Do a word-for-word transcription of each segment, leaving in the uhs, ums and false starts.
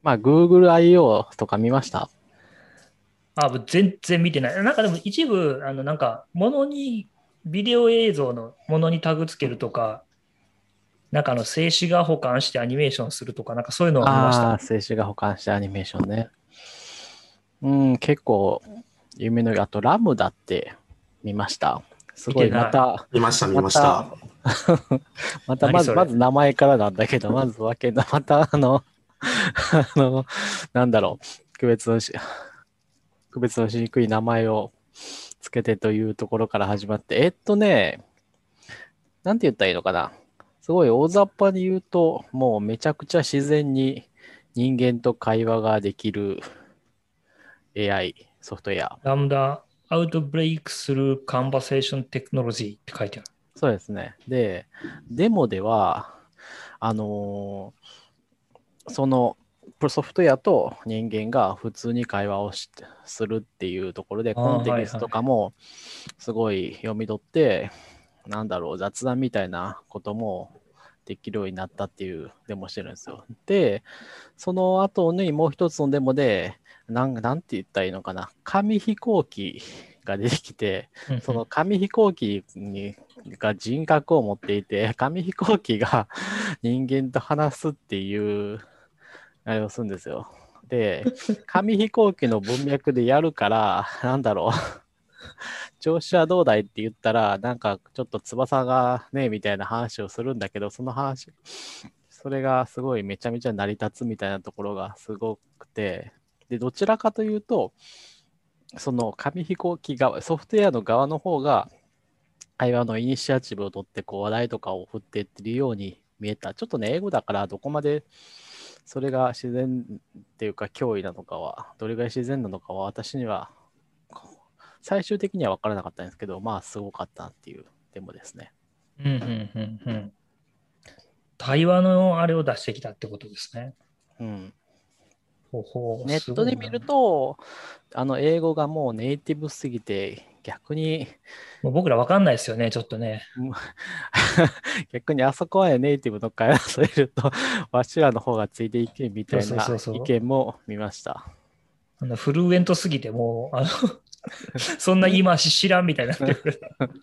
まあ、Google アイオー とか見ました？ あ、もう全然見てない。なんかでも一部、あの、なんか、ものに、ビデオ映像のものにタグつけるとか、なんかあの、静止画保管してアニメーションするとか、なんかそういうのは見ました。 ああ、静止画保管してアニメーションね。うん、結構有名な、あとラムダって見ました？すごい、ま見てない。 た、 見ました、見また、 ました。 また、まず、 何それ。 まず名前からなんだけど、まずわけな、また、あの、あの、なんだろう、区別のし、区別のしにくい名前をつけてというところから始まって、えっとね、なんて言ったらいいのかな。すごい大雑把に言うと、もうめちゃくちゃ自然に人間と会話ができる エーアイ ソフトウェア。 ラムダ、アウトブレイクスルーカンバセーションテクノロジーって書いてある。 そうですね。で、デモでは、あのーそのソフトウェアと人間が普通に会話をしするっていうところで、 ああ、 コンテキストとはいはい。 かもすごい読み取って、なんだろう、雑談みたいなこともできるようになったっていうデモしてるんですよ。で、その後にもう一つのデモで、なん、なんて言ったらいいのかな、紙飛行機が出てきて、そのうんうん。 紙飛行機にが人格を持っていて、紙飛行機が人間と話すっていう、あれをするんですよ。で、紙飛行機の文脈でやるから、なんだろう、調子はどうだいって言ったら、なんかちょっと翼がね、みたいな話をするんだけど、その話、それがすごいめちゃめちゃ成り立つみたいなところがすごくて、で、どちらかというと、その紙飛行機側、ソフトウェアの側の方が、会話のイニシアチブを取って、こう話題とかを振っていってるように見えた。ちょっとね、英語だからどこまでそれが自然っていうか脅威なのかは、どれぐらい自然なのかは私には最終的には分からなかったんですけど、まあすごかったなっていうデモですね。 うんうんうんうん。対話のあれを出してきたってことですね。 うん。 ほほう、 ネッすごいな。 トで見ると、あの英語がもうネイティブすぎて、逆に、 もう僕らわかんないですよね、ちょっとね。 逆にあそこまでネイティブの会話されると、わしらの方がついていけみたいそうそうそな意うそう。 見も見ました。 あのフルエントすぎて、もう、あのそんな言い回し知らんみたいになってくる。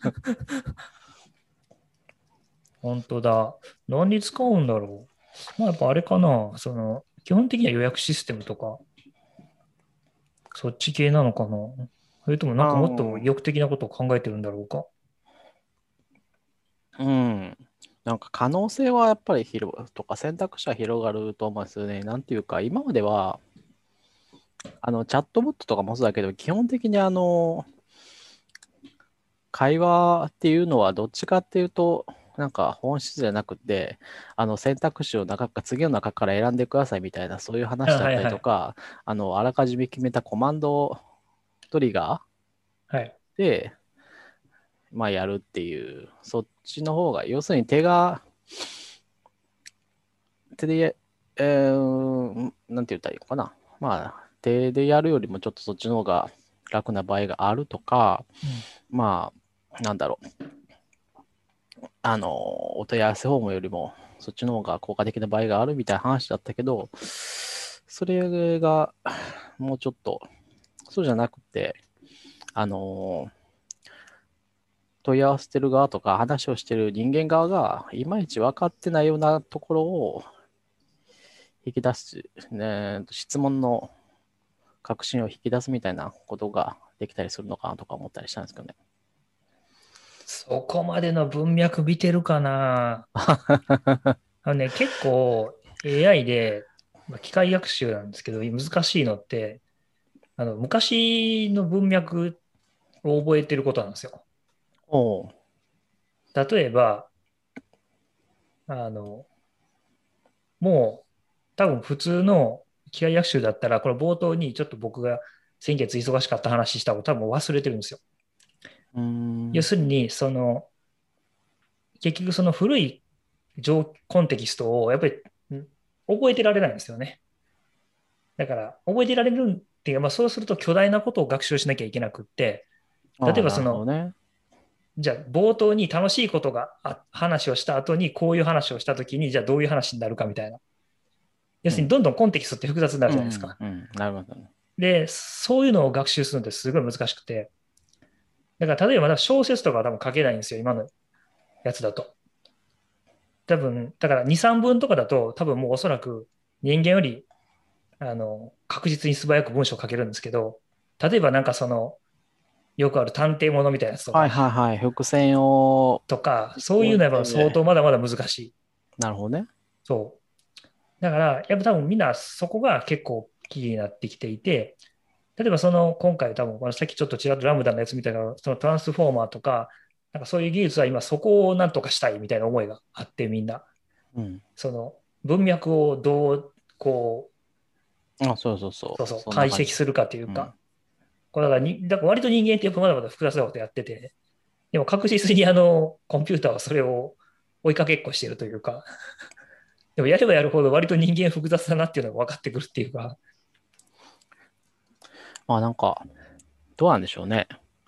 本当だ。何に使うんだろう。まあ、やっぱあれかな。その、基本的には予約システムとか、そっち系なのかな。それともなんかもっと意あ欲的なことを考えてるんだろうか。 うん。なんか可能性はやっぱり広がるとか選択肢は広がると思うんですよね。なんていうか、今までは、あの、チャットボットとかもそうだけど、基本的にあの、会話っていうのはどっちかっていうと、なんか本質じゃなくて、あの選択肢を中か、次の中から選んでくださいみたいな、そういうあ、 話だったりはいはい。 とか、あの、あらかじめ決めたコマンドトリガはい。 ーで、まあ、やるっていう、そっちの方が、要するに手が、手でや、えー、なんて言ったらいいのかな。まあ、手でやるよりもちょっとそっちの方が楽な場合があるとか、 うん。 まあ、なんだろう。あの、お問い合わせフォームよりも、そっちの方が効果的な場合があるみたいな話だったけど、それが、もうちょっと、そうじゃなくて、あの、問い合わせてる側とか話をしてる人間側がいまいち分かってないようなところを引き出す、ね、質問の確信を引き出すみたいなことができたりするのかなとか思ったりしたんですけどね。 そこまでの文脈見てるかな。あのね、結構 エーアイ で、まあ、機械学習なんですけど、難しいのって、あの、昔の文脈を覚えてることなんですよ。 おう。 例えば、あの、もう、多分普通の機械学習だったら、これ冒頭にちょっと僕が先月忙しかった話したこと多分忘れてるんですよ。 うーん。 要するに、その、結局その古い情コンテキストをやっぱりん覚えてられないんですよね。だから、覚えてられるっていうか、まあそうすると巨大なことを学習しなきゃいけなくって、例ああ、なえばその、 るほどね。 じゃあ冒頭に楽しいことがあ話をした後にこういう話をした時に、じゃあどういう話になるかみたいな。 要するにどんどんコンテキストって複雑になるじゃないですか。 うん、うん、なるほどね。 で、そういうのを学習するのってすごい難しくて、だから例えばまだ小説とかは多分書けないんですよ、今のやつだと。多分、だからに、さんぶんとかだと多分もうおそらく人間よりあの確実に素早く文章を書けるんですけど、例えばなんかその、よくある探偵ものみたいなやつとはいか、 はいはい。伏線をとか、そういう追っのはやっぱ相てみない。 当まだまだ難しい。 なるほどね。 そう。だから、やっぱ多分みんなそこが結構キーになってきていて、例えばその今回多分、まあさっきちょっとちらっとラムダのやつみたいな、そのトランスフォーマーとか、なんかそういう技術は今そこをなんとかしたいみたいな思いがあってみんな、 うん。 その文脈をどうこあ、そうそうう、 そう。 そうそう、 そんな感じ。 解析するかというか、 うん。 これだからに、だから割と人間ってやっぱまだまだ複雑なことやってて、でも確実にあのコンピューターはそれを追いかけっこしてるというか、でもやればやるほど割と人間複雑だなっていうのが分かってくるっていうか、 まあなんか、どうなんでしょうね。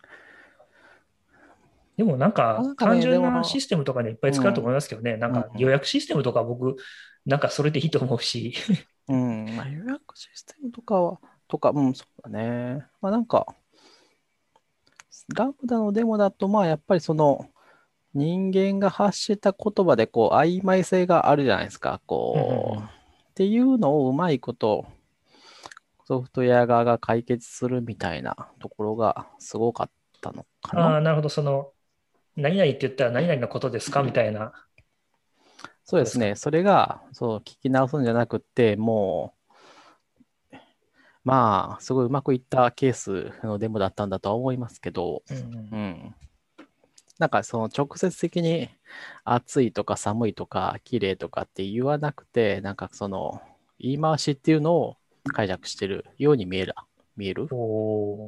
でもなんか単まあなんかね、でも、 純なシステムとかにいっぱい使うと思いうん。 ますけどね、なんうん。 か予約システムとか僕、なんかそれでいいと思うし、 うん。まあ予約システムとかは、とか、うん、そうだね。まあなんか、ラムダのデモだと、まあやっぱりその、人間が発した言葉でこう曖昧性があるじゃないですか。 うんうんうこう。っん。 ていうのをうまいことソフトウェア側が解決するみたいなところがすごかったのかな。 ああ、なるほど、その、何々って言ったら何々のことですかみたいなことですかね。 そうですね。それがそう聞き直すんじゃなくて、もう、まあ、すごいうまくいったケースのデモだったんだとは思いますけど、 うんうん。 うん。なんかその直接的に暑いとか寒いとか綺麗とかって言わなくて、なんかその言い回しっていうのを解釈してるように見える。見える。 おー、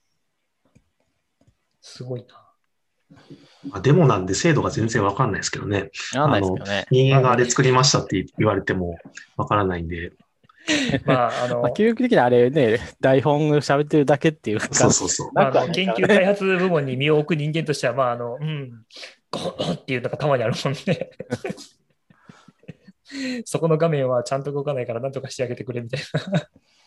すごいな。 まあ、デモなんで精度が全然わかんないですけどね。 わかんないですけあの、 どね。 人間があまあね、 れ作りましたって言われてもわからないんで。 まあ、あまあ、 の、 究極的にあれね、台本喋ってるだけっていう感じそうそうそまあ、あなくはの、研ないからね。 究開発部門に身を置く人間としては、まあ、あの、うん、ゴーっていうのがたまにあるもんね。そこの画面はちゃんと動かないからなんとかしてあげてくれみたいな。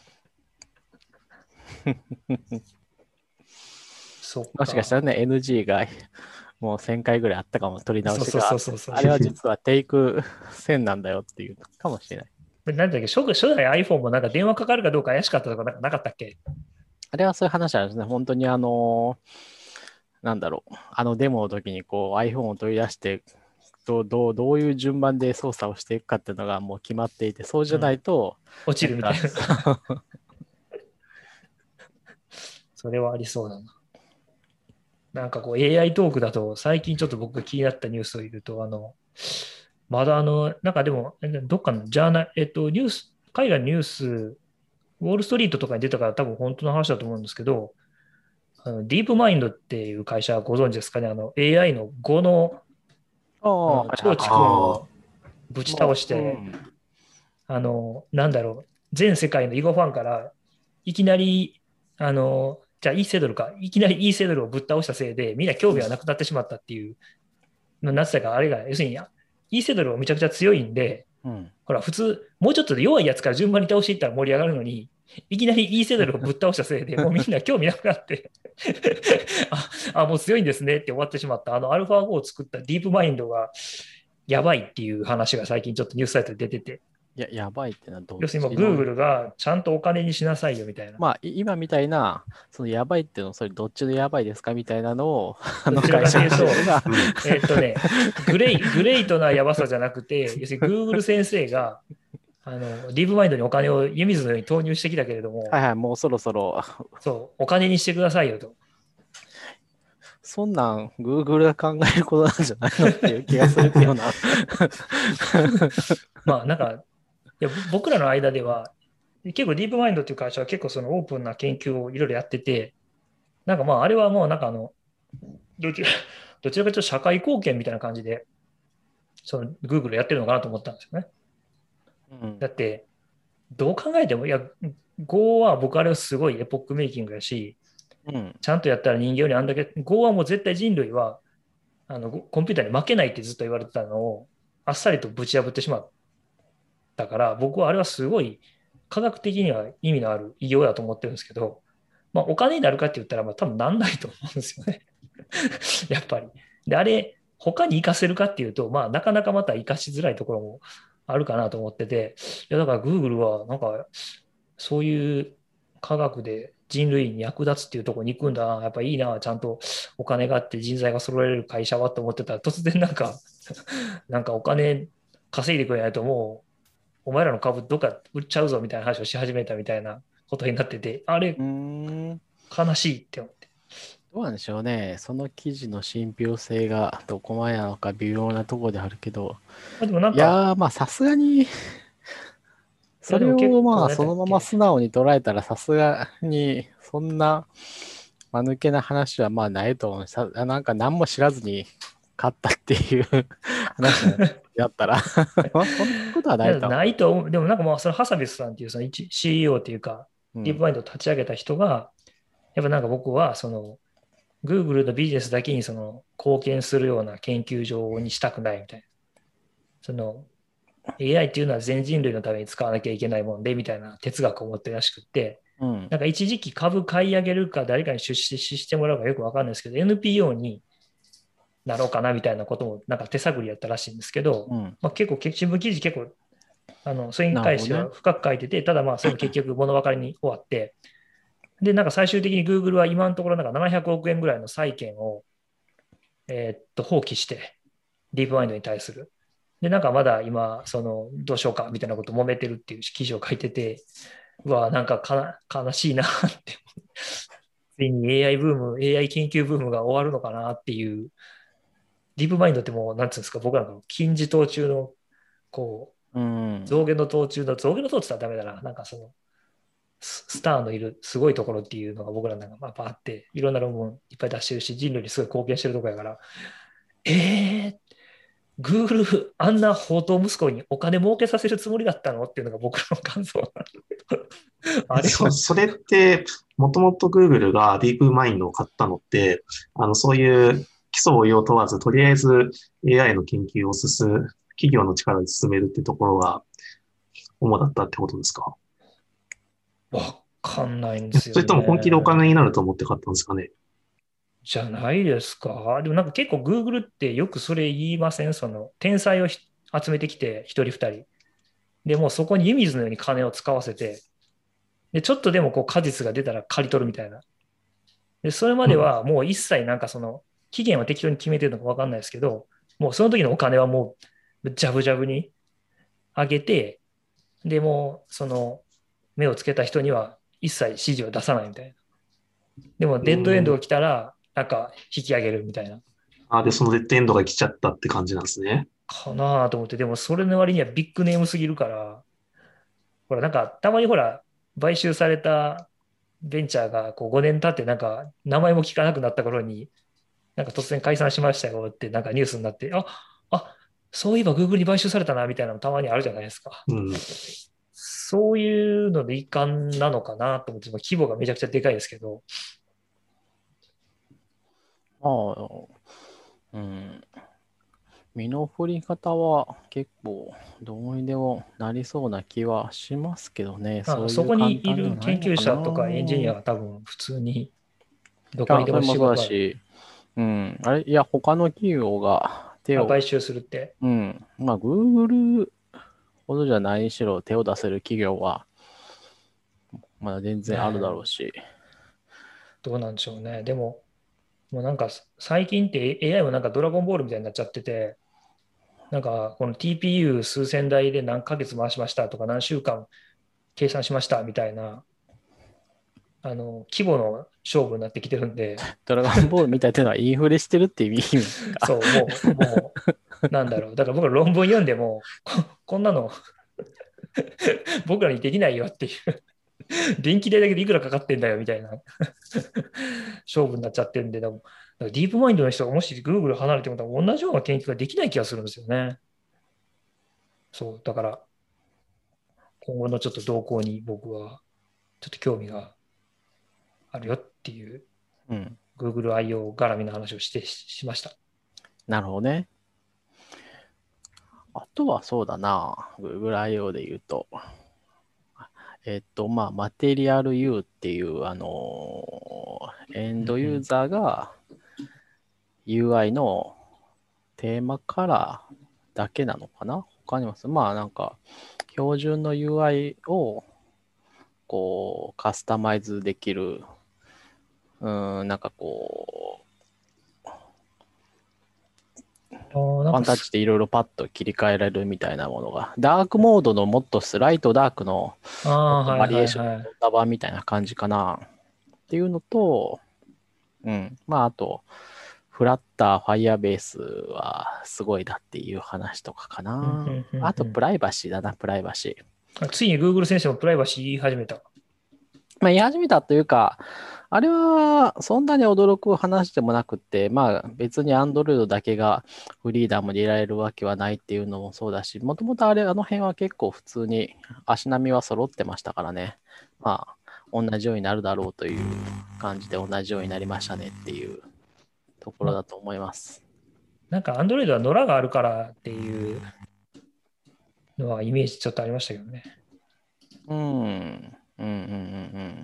そっもしかしたか。 らね、エヌジー がもうせんかいぐらいあったかも、取り直そうそうしが。 そうそうそう。 あれは実はテイクせんなんだよっていうかもしれない。 なんだっけ、初初代 iPhone もなんか電話かかるかどうか怪しかったとかなんかなかったっけ？ あれはそういう話なんですね。本当にあの、なんだろう、あのデモの時にこう iPhone を取り出して、どうどうどういう順番で操作をしていくかっていうのがもう決まっていて、そうじゃないと、 落ちなんか、 るみたいな。それはありそうだな。なんかこう エーアイ トークだと最近ちょっと僕が気になったニュースを言うと、あの、まだあの、なんかでも、えどっかのジャーナル、えっと、ニュース、海外のニュース、ウォールストリートとかに出たから多分本当の話だと思うんですけど、あのディープマインドっていう会社ご存知ですかね、あの エーアイ の語の、 ああ、はいあの超う。 はいは知君ああ、 をぶい。 ち倒もう、うして、 ん。 あの、なんだろう、全世界の囲碁ファンからいきなり、あの、じゃあイーセドルか、いきなりイーセドルをぶっ倒したせいで、みんな興味がなくなってしまったっていうのになってたから、あれが、要するに、イーセドルはめちゃくちゃ強いんで、 うん。 ほら、普通、もうちょっとで弱いやつから順番に倒していったら盛り上がるのに、いきなりイーセドルをぶっ倒したせいで、もうみんな興味なくなってあ、あ、もう強いんですねって終わってしまった、あのアルファごを作ったディープマインドがやばいっていう話が最近ちょっとニュースサイトで出てて、 いや、やばいってのはどっ要するに今、 ちの、 Google がちゃんとお金にしなさいよみたいな。 まあ、い今みたいな、そのやばいっていうの、それどっちのやばいですかみたいなのを、あのどちら会社かというと、 が、 うん。 えーっとね、グレイ、グレイトなやばさじゃなくて、要するに Google 先生が、あの、ディープマインドにお金を湯水のように投入してきたけれども、 はいはい、もうそろそろ、 そう、お金にしてくださいよと。 そんなん Google が考えることなんじゃないのっていう気がするけどな。 まあ、なんか、いや、ぼ僕らの間では、結構ディープマインドっていう会社は結構そのオープンな研究をいろいろやってて、なんかまあ、あれはもうなんかあの、どちら、どちらかというと社会貢献みたいな感じで、その Google やってるのかなと思ったんですよね。 うん。 だって、どう考えても、いや、Go は僕あれはすごいエポックメイキングやし、 うん。 ちゃんとやったら人間よりあんだけ、Go はもう絶対人類はあのコンピューターに負けないってずっと言われてたのを、あっさりとぶち破ってしまう。 だから、僕はあれはすごい科学的には意味のある偉業だと思ってるんですけど、まあ、お金になるかって言ったら、まあ、多分なんないと思うんですよね。やっぱり。で、あれ、他に活かせるかっていうと、まあ、なかなかまた活かしづらいところもあるかなと思ってて、いや、だから Google は、なんか、そういう科学で人類に役立つっていうところに行くんだな、やっぱいいな、ちゃんとお金があって人材が揃えれる会社はと思ってたら、突然なんか、なんかお金稼いでくれないともう、お前らの株どっか売っちゃうぞみたいな話をし始めたみたいなことになってて、あれ、 うーん。 悲しいって思って。 どうなんでしょうね。その記事の信憑性がどこまでなのか微妙なところであるけど、 まあ、でもなんか、 いやー、まあさすがに、 いやでそれも結構、 をまあなんだっそのままけ、 素直に捉えたらさすがに、そんな間抜けな話はまあないと思う。さなんか何も知らずに勝ったっていう話だったらまあそんなことはいや、 ないと思ないと思う。でもなんかまあ、そのハサビスさんっていうその一 シーイーオー っていうか、 う。うん。 ディープマインドを立ち上げた人が、やっぱなんか僕は、その、Google のビジネスだけにその貢献するような研究所にしたくないみたいな。その エーアイ っていうのは全人類のために使わなきゃいけないもんで、みたいな哲学を持ってるらしくって、 うん。 なんか一時期株買い上げるか誰かに出資してもらうかよくわかんないですけど、エヌピーオー になろうかなみたいなこともなんか手探りやったらしいんですけど、 うん。 まあ、結構、新聞記事結構、あの、それに関してはなるほどね。 深く書いてて、ただまあ、それも結局物分かりに終わって、で、なんか最終的に Google は今のところなんかななひゃくおくえんぐらいの債券を、えーっと、放棄して、ディープマインドに対する。で、なんかまだ今、その、どうしようかみたいなこと揉めてるっていう記事を書いてて、うわ、なんかか悲しいなってついに エーアイ ブーム、エーアイ 研究ブームが終わるのかなっていう、ディープマインドってもう、なんつうんですか、僕らの金字塔中の、こうう、 ん。 象牙の塔中の、象牙の塔って言ったらダメだな。なんかその、ススターのいるすごいところっていうのが僕らなんかまああって、いろんな論文いっぱい出してるし、人類にすごい貢献してるところやから、えー、Google あんな宝刀息子にお金儲けさせるつもりだったのっていうのが僕の感想なんであれそ、 は、 それって、もともと Google がディープマインドを買ったのって、あの、そういう基礎を要問わず、とりあえず エーアイ の研究を進む、企業の力で進めるってところが主だったってことですか？ わかんないんですよそれとも本気でお金にね。 なると思って買ったんですかね？ じゃないですか。でもなんか結構 Google ってよくそれ言いません？その天才をひ集めてきて一人二人。でもうそこに湯水のように金を使わせて、で、ちょっとでもこう果実が出たら刈り取るみたいな。で、それまでうん。 はもう一切なんかその期限は適当に決めてるのかわかんないですけど、もうその時のお金はもうジャブジャブに上げて、でもうその目をつけた人には一切指示を出さないみたいな。でもうデッドエンドん。 が来たらなんか引き上げるみたいな。 あ、で、そのデッドエンドが来ちゃったって感じなんですね。 かなと思って、でもそれの割にはビッグネームすぎるから、ほらなんかたまにほら買収されたベンチャーがこうごねん経ってなんか名前も聞かなくなった頃になんか突然解散しましたよってなんかニュースになって、あ、あ、そういえば Google に買収されたなみたいなのたまにあるじゃないですか。 うん。 そういうので遺憾なのかなと思って、規模がめちゃくちゃでかいですけど、 まあ、うん。身の振り方は結構どうにでもなりそうな気はしますけどね。 まあ、 そういうそこに簡単ではいる研ないのかな。 究者とかエンジニアは多分普通にどこにあ、 でもそれもそう仕事ある。 だし、うん。あれ、いや、他の企業が手あ、 を、 買収するって。 うん。まあ、Google ほどじゃないにしろ手を出せる企業は、まだ全ね然あるだろうえ、 し。 どうなんでしょうね。でも、もうなんか最近って エーアイ もなんかドラゴンボールみたいになっちゃってて、なんかこの ティーピーユー 数千台で何ヶ月回しましたとか何週間計算しましたみたいな、あの、規模の勝負になってきてるんで、 ドラゴンボールみたいっていうのはインフレしてるっていう意味ですか？ そう、もう、もう、なんだろう。だから僕ら論文読んでも、こ、こんなの僕らにできないよっていう、電気代だけでいくらかかってんだよみたいな勝負になっちゃってるんで、でもディープマインドの人がもし Google 離れても多分同じような研究ができない気がするんですよね。そう、だから今後のちょっと動向に僕はちょっと興味があるよっていううん。 Google 愛用絡みの話をしてししました。 なるほどね。 あとはそうだな、Google アイオー で言うと、えっと、まあ、マテリアル U っていう、あのーエンドユーザーが ユーアイ のテーマカラーだけなのかな？他にも、まあ、なんか、標準の ユーアイ を、こう、カスタマイズできる、うーん、なんかこう、ワンタッチでいろいろパッと切り替えられるみたいなものが、ダークモードのもっとスライトダークのバリエーションのタバみたいな感じかなっていうのと、うん、まああと、フラッター、ファイアベースはすごいだっていう話とかかな。あと、プライバシーだな、プライバシー。ついに Google 先生もプライバシー言い始めた。 まあ言い始めたというか、あれはそんなに驚く話でもなくて、まあ別に Android だけがフリーダムでいられるわけはないっていうのもそうだし、もともとあれ、あの辺は結構普通に足並みは揃ってましたからね。まあ同じようになるだろうという感じで同じようになりましたねっていうところだと思います。 なんか Android はノラがあるからっていうのはイメージちょっとありましたけどね。 うん。うんうんうんうん。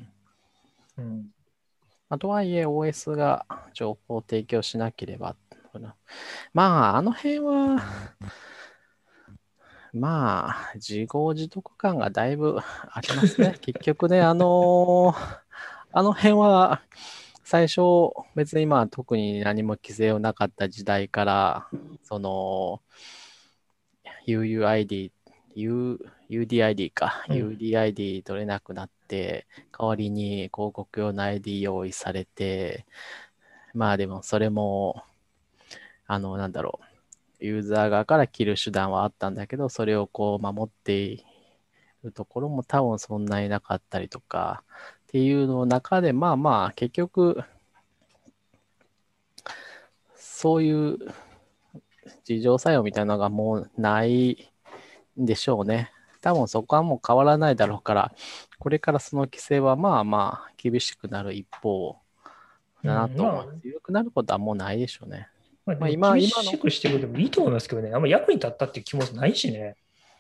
うんまあ、とはいえ オーエス が情報を提供しなければ。まあ、あの辺は、まあ、自業自得感がだいぶありますね。結局ね、あの、あの辺は、最初、別にまあ特に何も規制をなかった時代から、その、ユーユーアイディー、ユーディーアイディー か、うん、ユーディーアイディー 取れなくなって、代わりに広告用の アイディー 用意されて、まあでもそれも、あの、なんだろう、ユーザー側から切る手段はあったんだけど、それをこう守っているところも多分そんなになかったりとか、っていうの中で、まあまあ、結局、そういう自浄作用みたいなのがもうないんでしょうね。多分そこはもう変わらないだろうから、これからその規制はまあまあ厳しくなる一方だなと思う。うんまあ、強くなることはもうないでしょうね。 まあ、まあ今厳しくしてくれてもいいと思いますけどね。あんま役に立ったっていう気もないしね。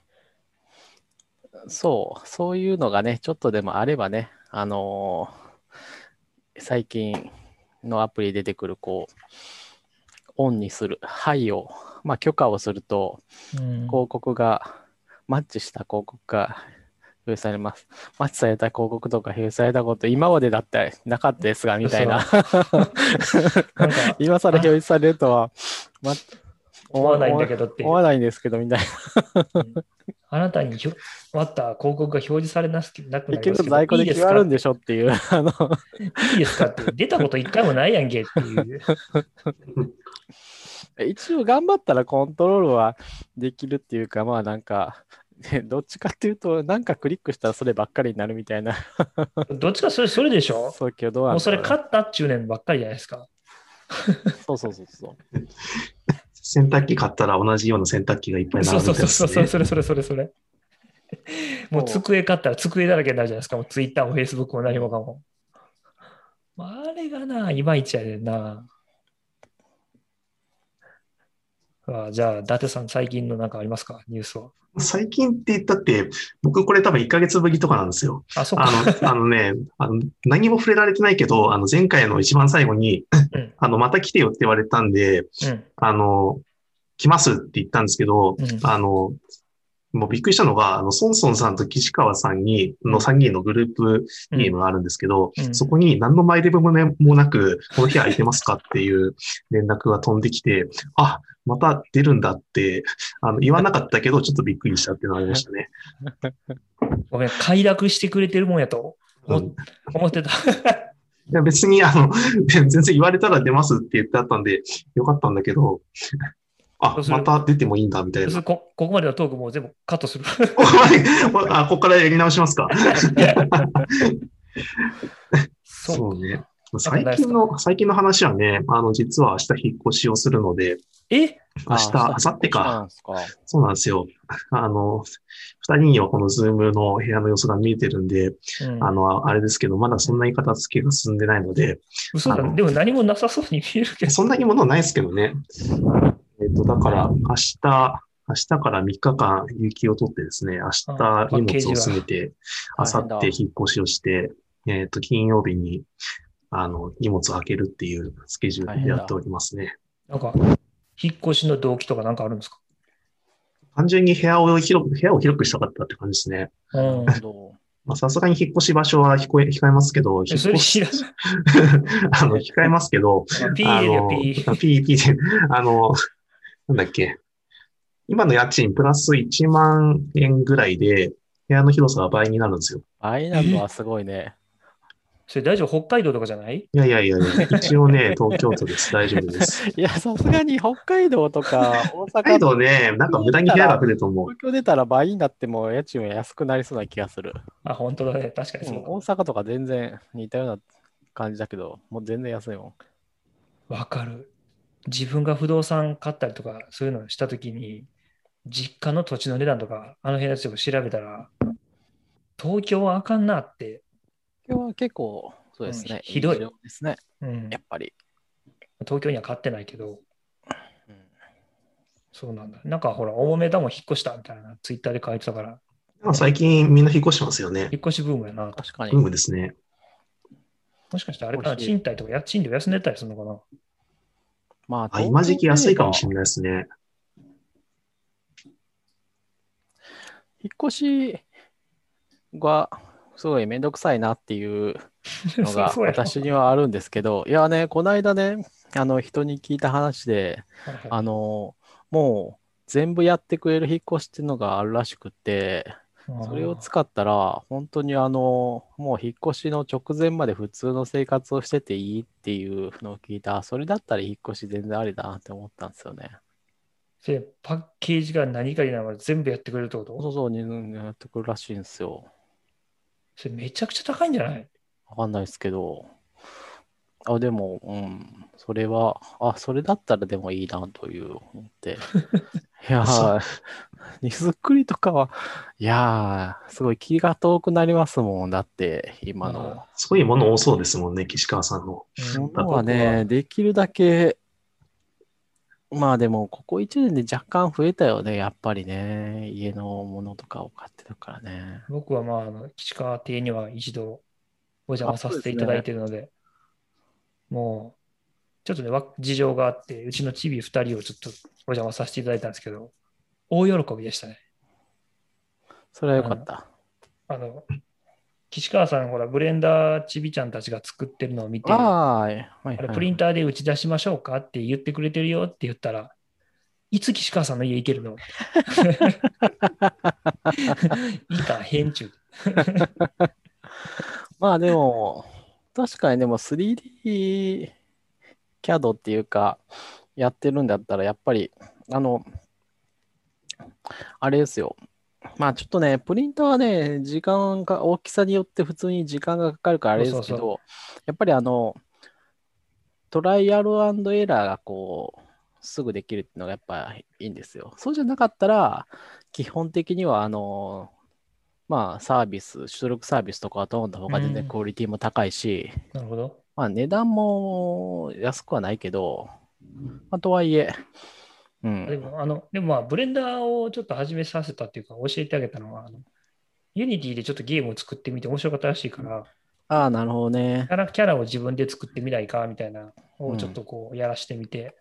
そう、そういうのがね、ちょっとでもあればね、あのー、最近のアプリ出てくる、こう、オンにする、はいを、まあ、許可をすると、広告が、うん、マッチした広告が表示されます。マッチされた広告とか表示されたこと、今までだったらなかったですが、みたいな。今更表示されるとは、ま、 思わないんだけどって。 思わないんですけど、みたいな。 うんあなたにひょあった広告が表示されなくなりますけど、 在庫で決まるんでしょっていう。あのいいですかって、出たこと一回もないやんけっていう。 一応頑張ったらコントロールはできるっていうか、まあなんか、どっちかっていうと、なんかクリックしたらそればっかりになるみたいな。 どっちかそれそれでしょそうけど、 もうそれ勝ったっちゅうねんばっかりじゃないですか。 そうそうそうそう。 洗濯機買ったら同じような洗濯機がいっぱい並ぶんですね。 そうそうそう、それそれそれそれ。もう机買ったら机だらけになるじゃないですか。もうツイッターもフェイスブックも何もかも。あれがな、いまいちやでな。あじゃあ、伊達さん、最近の何かありますかニュースは。 最近って言ったって、僕これ多分いっかげつぶりとかなんですよ。 あ、そうか。 あの、あのね、あの何も触れられてないけど、あの前回の一番最後に、うん、あの、また来てよって言われたんで、うん、あの、来ますって言ったんですけど、うん、あの、もうびっくりしたのが、あの、ソンソンさんと岸川さんに、のさんにんのグループゲームがあるんですけど、うん、そこに何の前レベルもなく、この日空いてますかっていう連絡が飛んできて、あ、また出るんだって、あの、言わなかったけど、ちょっとびっくりしたっていうのがありましたね。 ごめん、快諾してくれてるもんやと思、うん、思ってた。 いや別に、あの、全然言われたら出ますって言ってあったんで、よかったんだけど、あ、また出てもいいんだ、みたいな。 こ, ここまでのトークも全部カットする。 ここまで、あ、ここからやり直しますか。そうね。最近の、最近の話はね、あの、実は明日引っ越しをするので、 え明日、明後日か。そうなんですよ。あの、二人にはこのズームの部屋の様子が見えてるんで、うん、あの、あれですけど、まだそんなに片付けが進んでないので。 嘘だ、でも何もなさそうに見えるけど。 そんなにものないですけどね。えっと、だから、明日、明明日からみっかかん有給を取ってですね、明あパ日荷物をッケージが。 詰めて、明大変だ。 後日引っ越しをして、えっと、金曜日に、あの、荷物を開けるっていうスケジュー大変だ。 ルでやっておりますね。 なんか、引っ越しの動機とかなんかあるんですか？ 単純に部屋を広く、部屋を広くしたかったって感じですね。 うなるほん。 ど。 まあ、さすがに引っ越し場所は控え、控えますけど、 え、 引っ越し、 それ知らん。 あの、控えますけど、 あ、P あ入れるよ、 の、 P。 ピーピー で、あの、なんだっけ、今の家賃プラスいちまん円ぐらいで、部屋の広さが倍になるんですよ。 倍になるのはえ、 すごいね。 それ大丈夫？北海道とかじゃない？ いやいやいやいや、一応ね、東京都です。大丈夫です。 いや、さすがに北海道とか大北海阪とか、 道ね、なんか無東京出たら、 駄に部屋が増えると思う。 東京出たら倍になっても家賃は安くなりそうな気がする。 あ、本当だね。確かにうん、 そうかも。 大阪とか全然似たような感じだけど、もう全然安いもん。 わかる。自分が不動産買ったりとか、そういうのをしたときに、実家の土地の値段とか、あの辺のやつを調べたら、東京はあかんなって、 今日は結構、そううん、 ですね、 ひどい。 異常ですね、 うん。 やっぱり。 東京には買ってないけど、 うん、 そうなんだ。なんかほら、大目だもん引っ越したみたいな、ツイッターで書いてたから、 なんか最近みんな引っ越してますよね。 引っ越しブームやなと。 確かに、 ブームですね。 もしかしてあれかな、 欲しい。 賃貸とか家賃料休んでたりするのかな。 まあ、 あ、 東京今時期安で言えば、 いかもしれないですね。 引っ越しがすごいめんどくさいなっていうのそりゃがそうやろ。 私にはあるんですけど、いやね、この間ね、あの人に聞いた話で、 はいはい。 あの、もう全部やってくれる引っ越しっていうのがあるらしくて、それをあ使ったら、本当にあの、もう引っ越しの直前まで普通の生活をしてていいっていうのを聞いた、それだったら引っ越し全然ありだなって思ったんですよね。 ーで、パッケージが何かになるまで全部やってくれるってこと？ そうそう、にやってくるらしいんですよ。 それめちゃくちゃ高いんじゃない？ わかんないですけど、あ、でも、うん、それは、あ、それだったらでもいいなという思って。いやそう。 ー、荷造りとかは、いやー、すごい気が遠くなりますもん。だって、今の。 すごいもの多そうですもんね、岸川さんの。 うん、 ものは僕は、 ね、できるだけ、まあでも、ここいちねんで若干増えたよね、やっぱりね。家のものとかを買ってるからね。 僕はまあ、あの、岸川邸には一度お邪あ、 魔さそうせていただいですね。 ているので、もう、ちょっとね、わ事情があって、うちのチビふたりをちょっとお邪魔させていただいたんですけど、大喜びでしたね。 それはよあの、 かった。 あの岸川さん、ほら、ブレンダーちびちゃんたちが作ってるのを見あて、 あ、はいはいあれ、 はい。 プリンターで打ち出しましょうかって言ってくれてるよって言ったら、いつ岸川さんの家行けるの？いいか、返中。 まあでも、確かにでも スリーディー キャド っていうか、やってるんだったら、やっぱり、あの、あれですよ。まあちょっとね、プリンターはね、時間が、大きさによって普通に時間がかかるからあれでそうそうそすけど、やっぱりあの、トライアルエラーがこう、すぐできるっていうのがやっぱいいんですよ。そうじゃなかったら、基本的にはあの、まあサービス、出力サービスとかを頼んだ方う。うが全然ん、 クオリティも高いし、 なるほど。 まあ値段も安くはないけど、まあ、とはいえ、うん。 でも、あの、でもまあ、ブレンダーをちょっと始めさせたっていうか、教えてあげたのは、あの、ユニティでちょっとゲームを作ってみて面白かったらしいから、 ああ、なるほどね。 キャラ、キャラを自分で作ってみないかみたいなのをちょっうん。 とこうやらしてみて、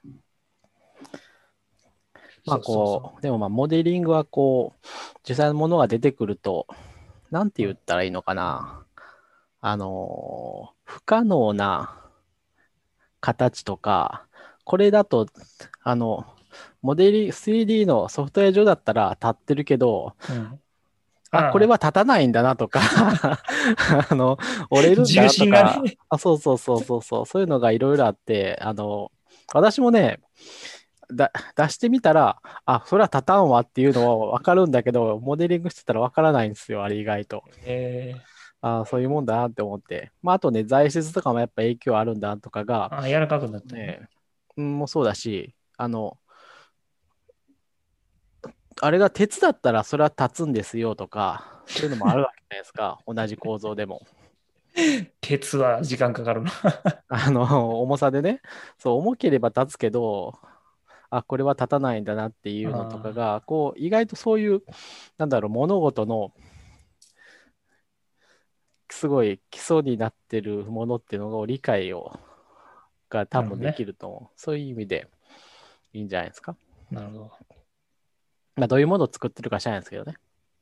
まあそうそうそこう、でもまあモデリングはこう、実際のものが出てくると、なんてう。 言ったらいいのかな。あの、不可能な形とか、これだと、あの、モデリ、スリーディー のソフトウェア上だったら立ってるけど、 うん。 あ、これはあ立たないんだなとかあの、折れあ、 るんだ重なとか、 心がね。 あ、そうそうそうそうそう、そういうのがいろいろあって、あの、私もね、だ出してみたら、あ、それは立たんわっていうのは分かるんだけど、モデリングしてたら分からないんですよ、あれ意外と。 えあ、そういうもんだなって思って。まあ、あとね、材質とかもやっぱ影響あるんだとかー、 が、 あー、柔らかくなったね。 ね、うんもそうだし、あの、あれが鉄だったらそれは立つんですよとか、そういうのもあるわけじゃないですか、同じ構造でも。 鉄は時間かかるな。 あの、重さでね、そう、重ければ立つけど、 あ、これは立たないんだなっていうのとかが、こう、意外とそういう、なんだろう、物事の、すごい基礎になってるものっていうのを理解を、が多分できると思う。ね、そういう意味でいいんじゃないですか。 なるほど。 まあ、どういうものを作ってるか知らないですけどね。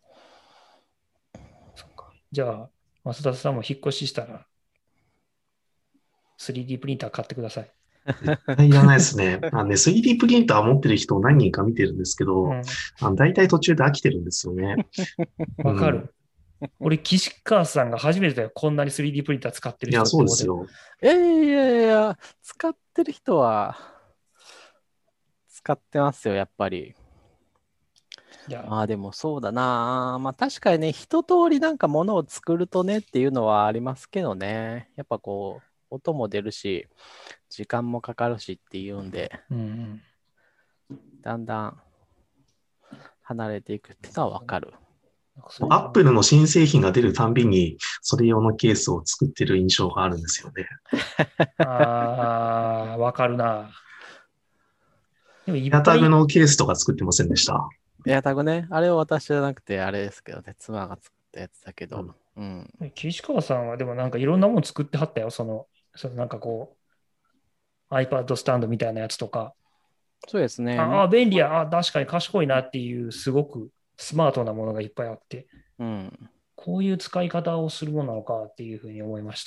そっか。じゃあ、増田さんも引っ越ししたら、スリーディー プリンター買ってください。 絶対いらないですね。あのね、スリーディー プリンター持ってる人を何人か見てるんですけど、 うん、 あの大体途中で飽きてるんですよね。 わかる。うん、俺、岸川さんが初めてだよ。こんなに スリーディー プリンター使ってるいや、 人ってそうですよ。 いやいやいやいや、使ってる人は使ってますよ、やっぱり。 いや、 まあでもそうだな。まあ確かにね、一通りなんかものを作るとねっていうのはありますけどね。やっぱこう、音も出るし、時間もかかるしっていうんで、 うんうん、 だんだん離れていくっていうのはわかる。 アップルの新製品が出るたんびに、それ用のケースを作ってる印象があるんですよね。 ああ、わかるな。でもいエアっぱい。 タグのケースとか作ってませんでした？ エアタグね、あれは私じゃなくてあれですけどね、妻が作ったやつだけど、うん。 うん、岸川さんはでもなんかいろんなもの作ってはったよ。その、そのなんかこう、iPad スタンドみたいなやつとか。 そうですね。 ああ、便利や。あ、確かに賢いなっていう、すごくスマートなものがいっぱいあって、 うん。 こういう使い方をするものなのかっていうふうに思いました。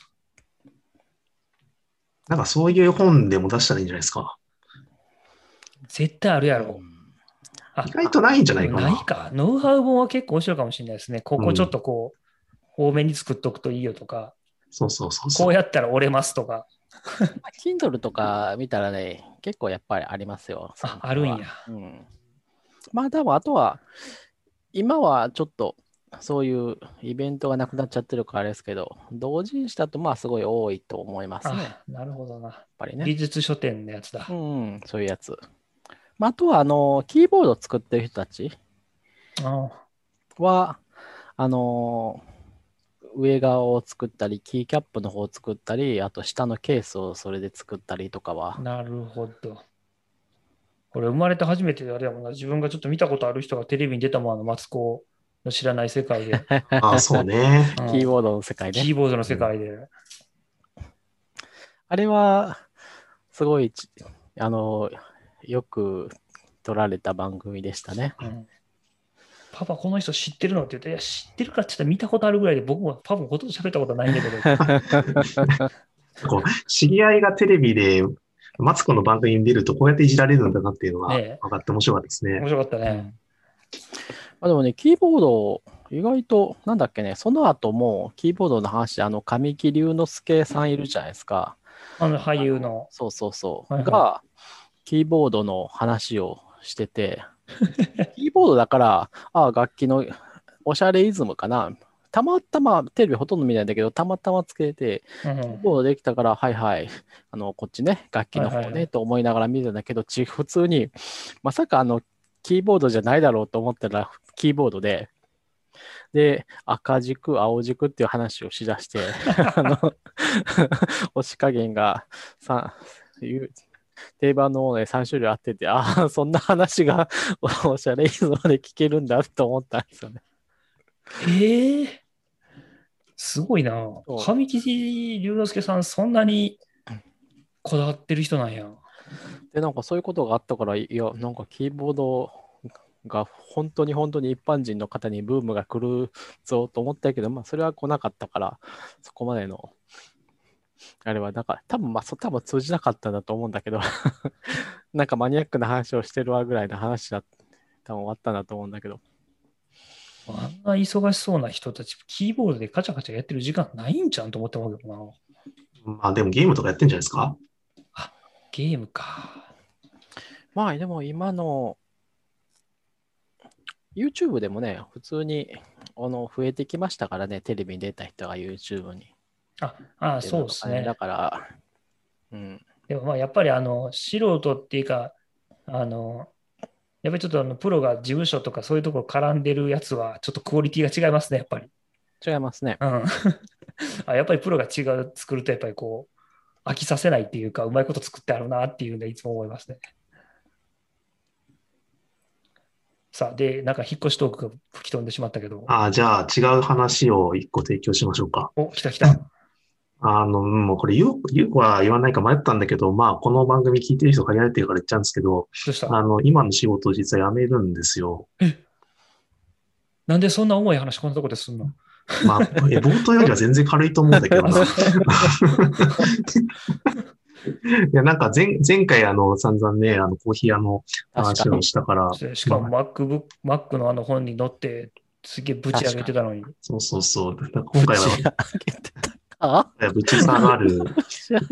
なんかそういう本でも出したらいいんじゃないですか。 絶対あるやろ。 うん、 あ、 意外とないんじゃないかな。 ないか。ノウハウ本は結構面白いかもしれないですね。ここちょっうん。 とこう、多めに作っとくといいよとか、 そうそうそうこうそう。 やったら折れますとか。 Kindle とか見たらね、結構やっぱりありますよ、そあ、 の辺は。 あるんや。 うん。まあでも、あとは、今はちょっと、そういうイベントがなくなっちゃってるからあれですけど、同人誌だとまあすごい多いと思いますね。やっあ、なるほどな。 ぱりね。 技術書店のやつうだ。 ん、そういうやつ。まあ、あとは、あの、キーボードを作ってる人たちあは、あの、上側を作ったり、キーキャップの方を作ったり、あと下のケースをそれで作ったりとかは。 なるほど。これ生まれて初めてであれやもんな。自分がちょっと見たことある人がテレビに出たもん、あの、マツコの知らない世界で。 ああ、そうね。 うん、 キーボードの世界ね。 キーボードの世界で。 あれは、すごいち、あの、よく撮られた番組でしたね。 うん、パパ、この人知ってるのって言って、いや、知ってるかって言ったら見たことあるぐらいで、僕もパパほとんど喋ったことないんだけど。 こう、知り合いがテレビで、マツコの番組に出るとこうやっていじられるんだなっていうのがね分かって面白かったですね。 面白かったね。 うん、まあ、でもね、キーボード、意外と、なんだっけね、その後も、キーボードの話、あの、神木隆之介さんいるじゃないですか。 あの俳優の。 そうそうそう。 はいはい、 が、キーボードの話をしてて、キーボードだから、ああ、楽器のおしゃれイズムかな。たまたま、テレビほとんど見ないんだけど、たまたまつけて、 うん、 キーボードできたから、はいはい、あの、こっちね、楽器の方ね、 はいはいはい、 と思いながら見てたんだけど、ち普通に、まさかあの、キーボードじゃないだろうと思ったら、キーボードで、で、赤軸、青軸っていう話をしだして、あの、押し加減がさいう定番のものでさん種類あってて、ああ、そんな話がおしゃれイズムで聞けるんだと思ったんですよね。 ええー、すごいな。 そう神木隆之介さん、そんなにこだわってる人なんや。 で、なんかそういうことがあったから、いや、なんかキーボードが本当に本当に一般人の方にブームが来るぞと思ったけど、まあ、それは来なかったから、そこまでの、あれは、なんか、多分まあ、そ多分通じなかったんだと思うんだけど、なんかマニアックな話をしてるわぐらいの話だ、多分終わったんだと思うんだけど。 あんな忙しそうな人たち、キーボードでカチャカチャやってる時間ないんちゃうんと思ってますけどな。 まあでもゲームとかやってんじゃないですか？ あ、ゲームか。 まあ、でも今の YouTube でもね、普通にあの増えてきましたからね、テレビに出た人が YouTube にあ、あ、 出るそうのとかね。 ですね。 だから、うん。 でもまあやっぱりあの素人っていうか、あの、やっぱりちょっとあのプロが事務所とかそういうところ絡んでるやつはちょっとクオリティが違いますね、やっぱり。 違いますね。 うん。あ、やっぱりプロが違う作るとやっぱりこう飽きさせないっていうか、うまいこと作ってあるなっていうのでいつも思いますね。 さあ、で、なんか引っ越しトークが吹き飛んでしまったけど、 ああ、じゃあ違う話を一個提供しましょうか。 お、来た来た。 あの、うんもうこれ言う、言うは言わないか迷ったんだけど、まあ、この番組聞いてる人限られてるから言っちゃうんですけど、 どうしたあの、今の仕事を実は辞めるんですよ。 なんでそんな重い話こんなとこですんの？ まあ、え冒頭よりは全然軽いと思うんだけどな。いや、なんか前、前回あの、散々ね、あの、コーヒー屋の話を確かに。 したから、 しかもまあ、 MacBook、Mac のあの本に載って、すげえぶち上げてたのに。 そうそうそう。だから今回は、 ぶち上げてたかぶち下がる。 知らん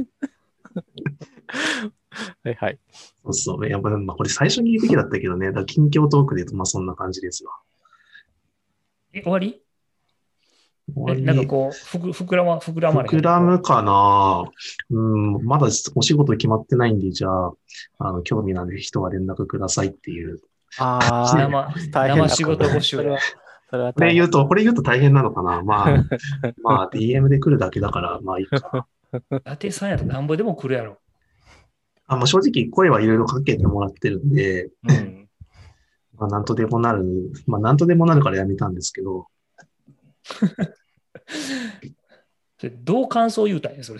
はいはい。 そうそう。いや、まあ、まあこれ最初に言うべきだったけどね。だから近況トークで言うと、まあそんな感じですわ。 え、終わりえ、 終わり、 なんかこう、ふく膨らま、膨らまれへん膨らむかな。うん、まだお仕事決まってないんで、じゃあ、あの、興味のある人は連絡くださいっていう感じあで。 生、 大変だ生仕事募集やそれは。、それは大変。 これ言うと、これ言うと大変なのかな。まあ、まあ、ディーエム で来るだけだから、まあいいかな。 伊達さんやとなんぼでも来るやろ。 あ、まあ、正直声はいろいろかけてもらってるんで、 うん。 まあ、なんとでもなる、まあ、なんとでもなるからやめたんですけど、 それどう感想言うたんや、それ。 い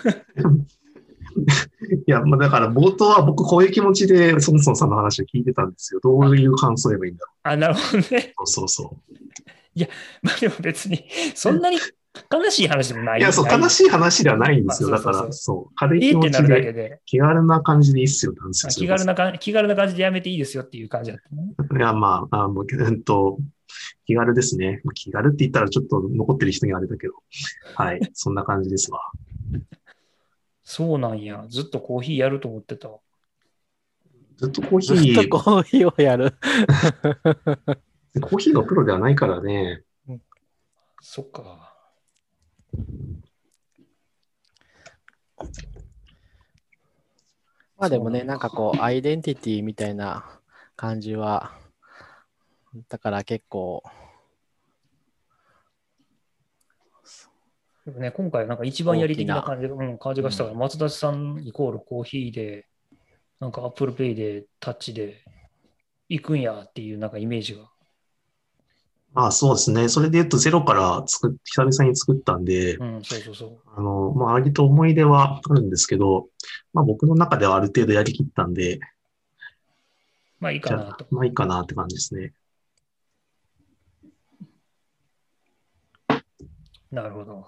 や、まあ、だから冒頭は僕こういう気持ちで、ソンソンさんの話を聞いてたんですよ。どういう感想言えばいいんだろあ、なるほどね。 う。そうそうそまあでも別に、そんなに悲しい話でもなう。 い。 いや、そう、 ない悲しい話ではないんでまあすよ。だから、 そうそうそう。 そう、軽い気ええってなるだ持ちで、 けで、 気軽な感じでいいっすよ、なんですよ。 あそれこそ気軽なか、気軽な感じでやめていいですよっていう感じだったね。 いや、まあ、あの、うんと、気軽ですね。気軽って言ったらちょっと残ってる人にはあれだけど。はい。そんな感じですわ。 そうなんや。ずっとコーヒーやると思ってた。 ずっとコーヒずっとー、 コーヒーをやる。 コーヒーのプロではないからね。 そっか。 まあでもね、 そうなんかこう、アイデンティティみたいな感じは、だから結構、 でもね、今回なんか一番やり的な感じが、うん、感じがしたから、 うん松田さんイコールコーヒーで、なんか Apple Pay でタッチで行くんやっていうなんかイメージが。 まあそうですね。それで言うとゼロから作っ、久々に作ったんで、 うん、そうそうそう。 あの、まあ割と思い出はあるんですけど、まあ僕の中ではある程度やりきったんで、 まあいいじゃあ、 かなと。 まあいいかなって感じですね。 なるほど。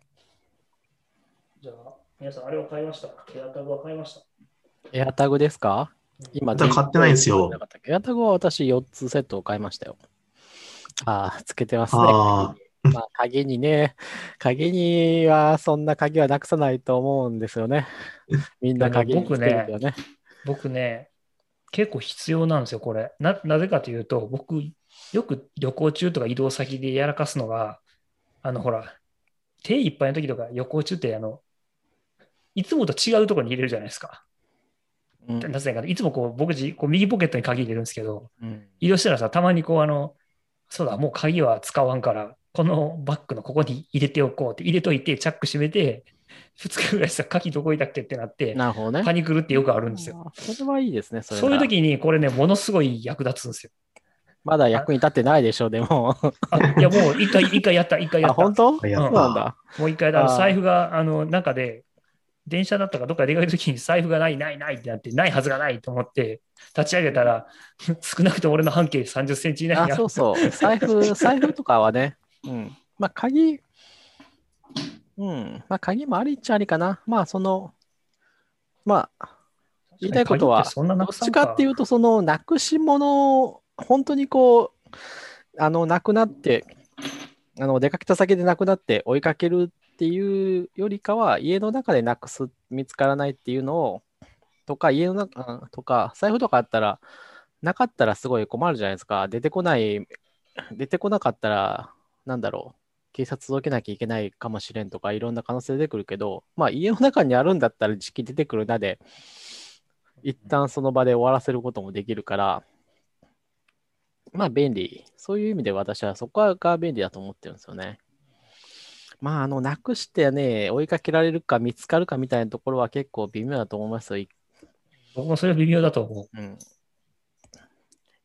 じゃあ、皆さんあれを買いました。エアタグは買いました。 エアタグですか今、 じゃあ買ってないんですよ。 エアタグは私よっつセットを買いましたよ。ああ、つけてますね。 ああ、 まあ、鍵にね、鍵にはそんな鍵はなくさないと思うんですよね。みんな鍵につけるけどね。 僕ね、結構必要なんですよ、これ。な、なぜかというと、僕、よく旅行中とか移動先でやらかすのが、あの、ほら、手いっぱいの時とか旅行中って、あの、いつもと違うところに入れるじゃないですか。 うんなぜか、いつもこう、僕自、こう右ポケットに鍵入れるんですけど、 うん移動したらさ、たまにこう、あの、そうだ、もう鍵は使わんから、このバッグのここに入れておこうって入れといて、チャック閉めて、ふつかぐらいさ、鍵どこいたっけってなって、 なるほどね。 パニクるってよくあるんですよ。 あーそれはいいですね、それそういうなら時にこれね、ものすごい役立つんですよ。 まだ役に立ってないでしょ、でも。 あ、いや、もう一回、一回やった、一回やあ、 った。 本当やったそうなんだ。 もう一回、あのあー財布が、あの、中で、電車だったかどっか出かけるときに財布がない、ない、ないってなって、ないはずがないと思って、立ち上げたら、少なくとも俺の半径さんじゅっセンチ以内あ、 にある。 そうそう。財布、財布とかはね、うん。まあ、鍵、うん。まあ、鍵もありっちゃありかな。まあ、その、まあ、言いたいことは、 鍵ってそんななどっちくさんか。 かっていうと、その、なくし物を、本当にこう、あの、なくなって、あの、出かけた先でなくなって追いかけるっていうよりかは、家の中でなくす、見つからないっていうのを、とか、家の中、うんとか、財布とかあったら、なかったらすごい困るじゃないですか。出てこない、出てこなかったら、なんだろう。警察届けなきゃいけないかもしれんとか、いろんな可能性出てくるけど、まあ家の中にあるんだったら時期出てくるなで、一旦その場で終わらせることもできるから、まあ便利。そういう意味で私はそこが便利だと思ってるんですよね。まあ、あの、なくしてね、追いかけられるか見つかるかみたいなところは結構微妙だと思いますよ。 僕もそれは微妙だと思う。 うん。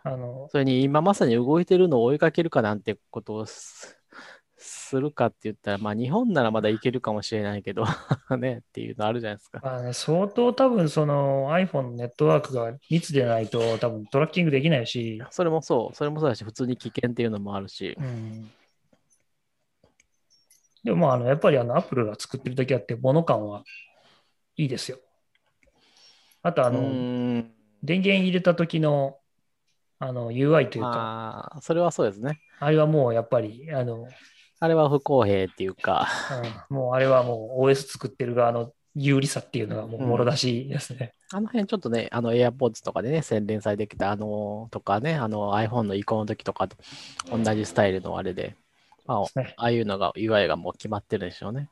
あの、 それに今まさに動いてるのを追いかけるかなんてことをす、するかって言ったら、まあ日本ならまだいけるかもしれないけどねっていうのあるじゃないですか。 まあね、相当多分その iPhone のネットワークが密でないと多分トラッキングできないし、 それもそう、それもそうだし、普通に危険っていうのもあるし。 うん。でもまあ、あの、やっぱりあの、Apple が作ってる時あって、物感はいいですよ。あと、あうの、 ーん。 電源入れた時の、あの、ユーアイ というか、 まあ、それはそうですね。 あれはもうやっぱり、あの、 あれは不公平っていうか、 うん、もうあれはもう オーエス 作ってる側の有利さっていうのがもううん。 もろ出しですね。 あの辺ちょっとね、あの AirPods とかでね、洗練されてきたあのとかね、あの iPhone の移行の時とかと同じスタイルのあれで、まあ、 ですね。 ああいうのが、ユーアイ がもう決まってるんでしょうね。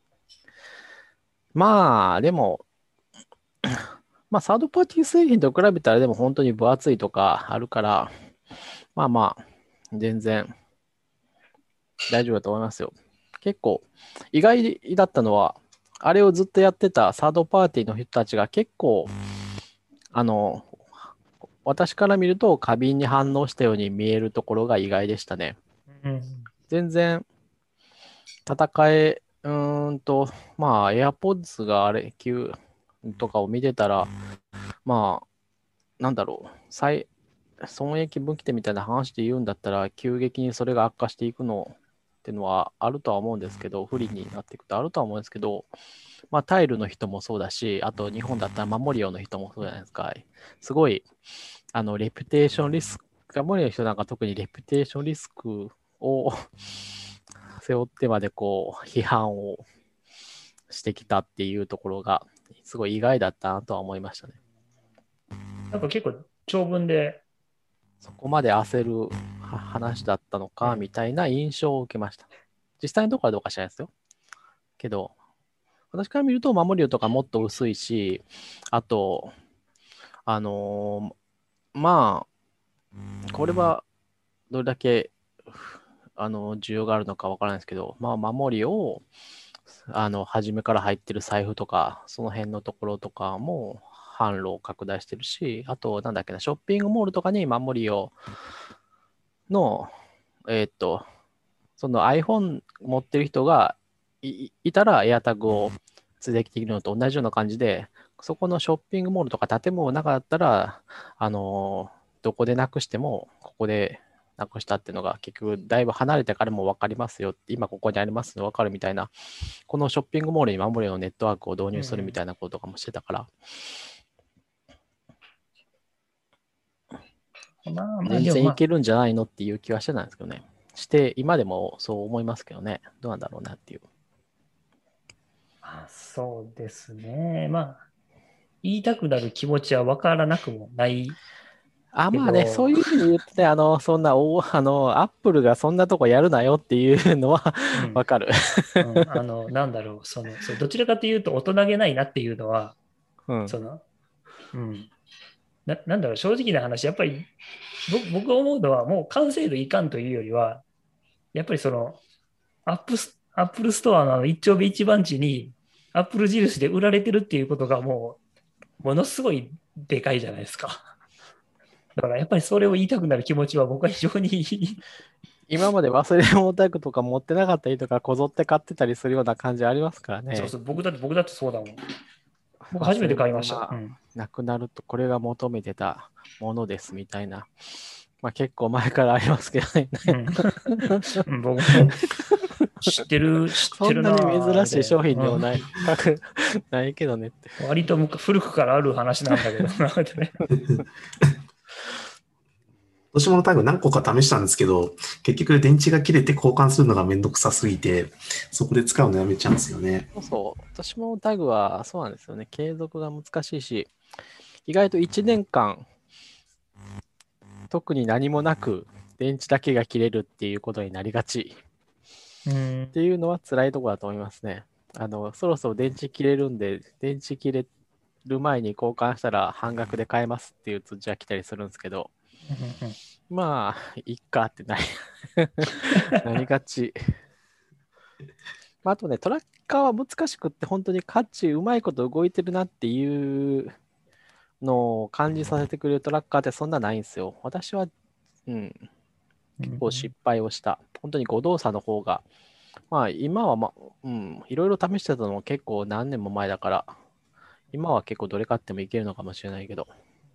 まあ、でも、まあ、サードパーティー製品と比べたらでも本当に分厚いとかあるから、まあまあ、全然大丈夫だと思いますよ。結構、意外だったのは、あれをずっとやってたサードパーティーの人たちが結構、あの、私から見ると過敏に反応したように見えるところが意外でしたね。 うん。 全然戦え、うーんと、まあ、AirPods があれ、Q とかを見てたら、まあ、なんだろう、再損益分岐点みたいな話で言うんだったら、急激にそれが悪化していくのっていうのはあるとは思うんですけど、不利になっていくとあるとは思うんですけど、まあ、タイルの人もそうだし、あと日本だったらマモリオの人もそうじゃないですか。すごい、あの、レピュテーションリスク、マモリオの人なんか特にレピュテーションリスクを背負ってまでこう、批判をしてきたっていうところが、すごい意外だったなとは思いましたね。 なんか結構長文で、 そこまで焦る話だったのか、 うん。 みたいな印象を受けました。実際のところはどうか知らないですよ。けど、私から見ると、守りとかもっと薄いし、あと、あのーまあ、これはどれだけ、あの、需要があるのかわからないですけど、まあ、守りを、あの、初めから入ってる財布とか、その辺のところとかも、販路を拡大してるし、あと、なんだっけな、ショッピングモールとかに守りを、の、えーっと、その iPhone 持ってる人がい、いたら AirTag を追跡できるのと同じような感じで、そこのショッピングモールとか建物の中だったら、あの、どこでなくしても、ここでなくしたっていうのが結局だいぶ離れてからも分かりますよって、今ここにありますの分かるみたいな、このショッピングモールに守りのネットワークを導入するみたいなこととかもしてたから、 うん、まあまあ、 全でもまあ、 然いけるんじゃないのっていう気はしてたんですけどね。して、今でもそう思いますけどね。どうなんだろうなっていう。 まあ、そうですね。まあ、言いたくなる気持ちは分からなくもないあ、 けまあね、そど、 ういう意味で言ってね、あの、そんな、お、あの、アップルがそんなとこやるなよっていうのはうわん、 かる。 うん、あの、なんだろう、その、そう、どちらかというと大人げないなっていうのは、 うん。 その、うん、な、なんだろう、正直な話、やっぱり、僕僕が思うのは、もう完成度いかんというよりは、やっぱりその、アップス、アップルストアのあの一丁目一番地に、アップル印で売られてるっていうことがもう、ものすごいでかいじゃないですか。だからやっぱりそれを言いたくなる気持ちは僕は非常に今まで忘れ物オタクとか持ってなかったりとか、こぞって買ってたりするような感じありますからね。 そうそう、僕だって、僕だってそうだもん。僕初めて忘れ買いました。う物がん。 なくなると、これが求めてたものですみたいな。まあ結構前からありますけどね。 うん。うん、僕も知ってる、知ってるそんなになぁ、みたいな。 珍しい商品でもない、 うないけどねって。 ん、割とむか古くからある話なんだけど、なんかね。 私もタグ何個か試したんですけど、結局電池が切れて交換するのがめんどくさすぎて、そこで使うのやめちゃうんですよね。 そうそう。私もタグはそうなんですよね。継続が難しいし、意外といちねんかん、特に何もなく電池だけが切れるっていうことになりがちうん。 っていうのは辛いところだと思いますね。あの、そろそろ電池切れるんで、電池切れる前に交換したら半額で買えますっていう通知が来たりするんですけど、まあ、いっかってなりなりがち。まあ、あとね、トラッカーは難しくって本当に価値うまいこと動いてるなっていうのを感じさせてくれるトラッカーってそんなないんですよ。私は、うん、結構失敗をした。本当に誤動作の方が、まあ今は、ま、うん、いろいろ試してたのも結構何年も前だから、今は結構どれ買ってもいけるのかもしれないけど、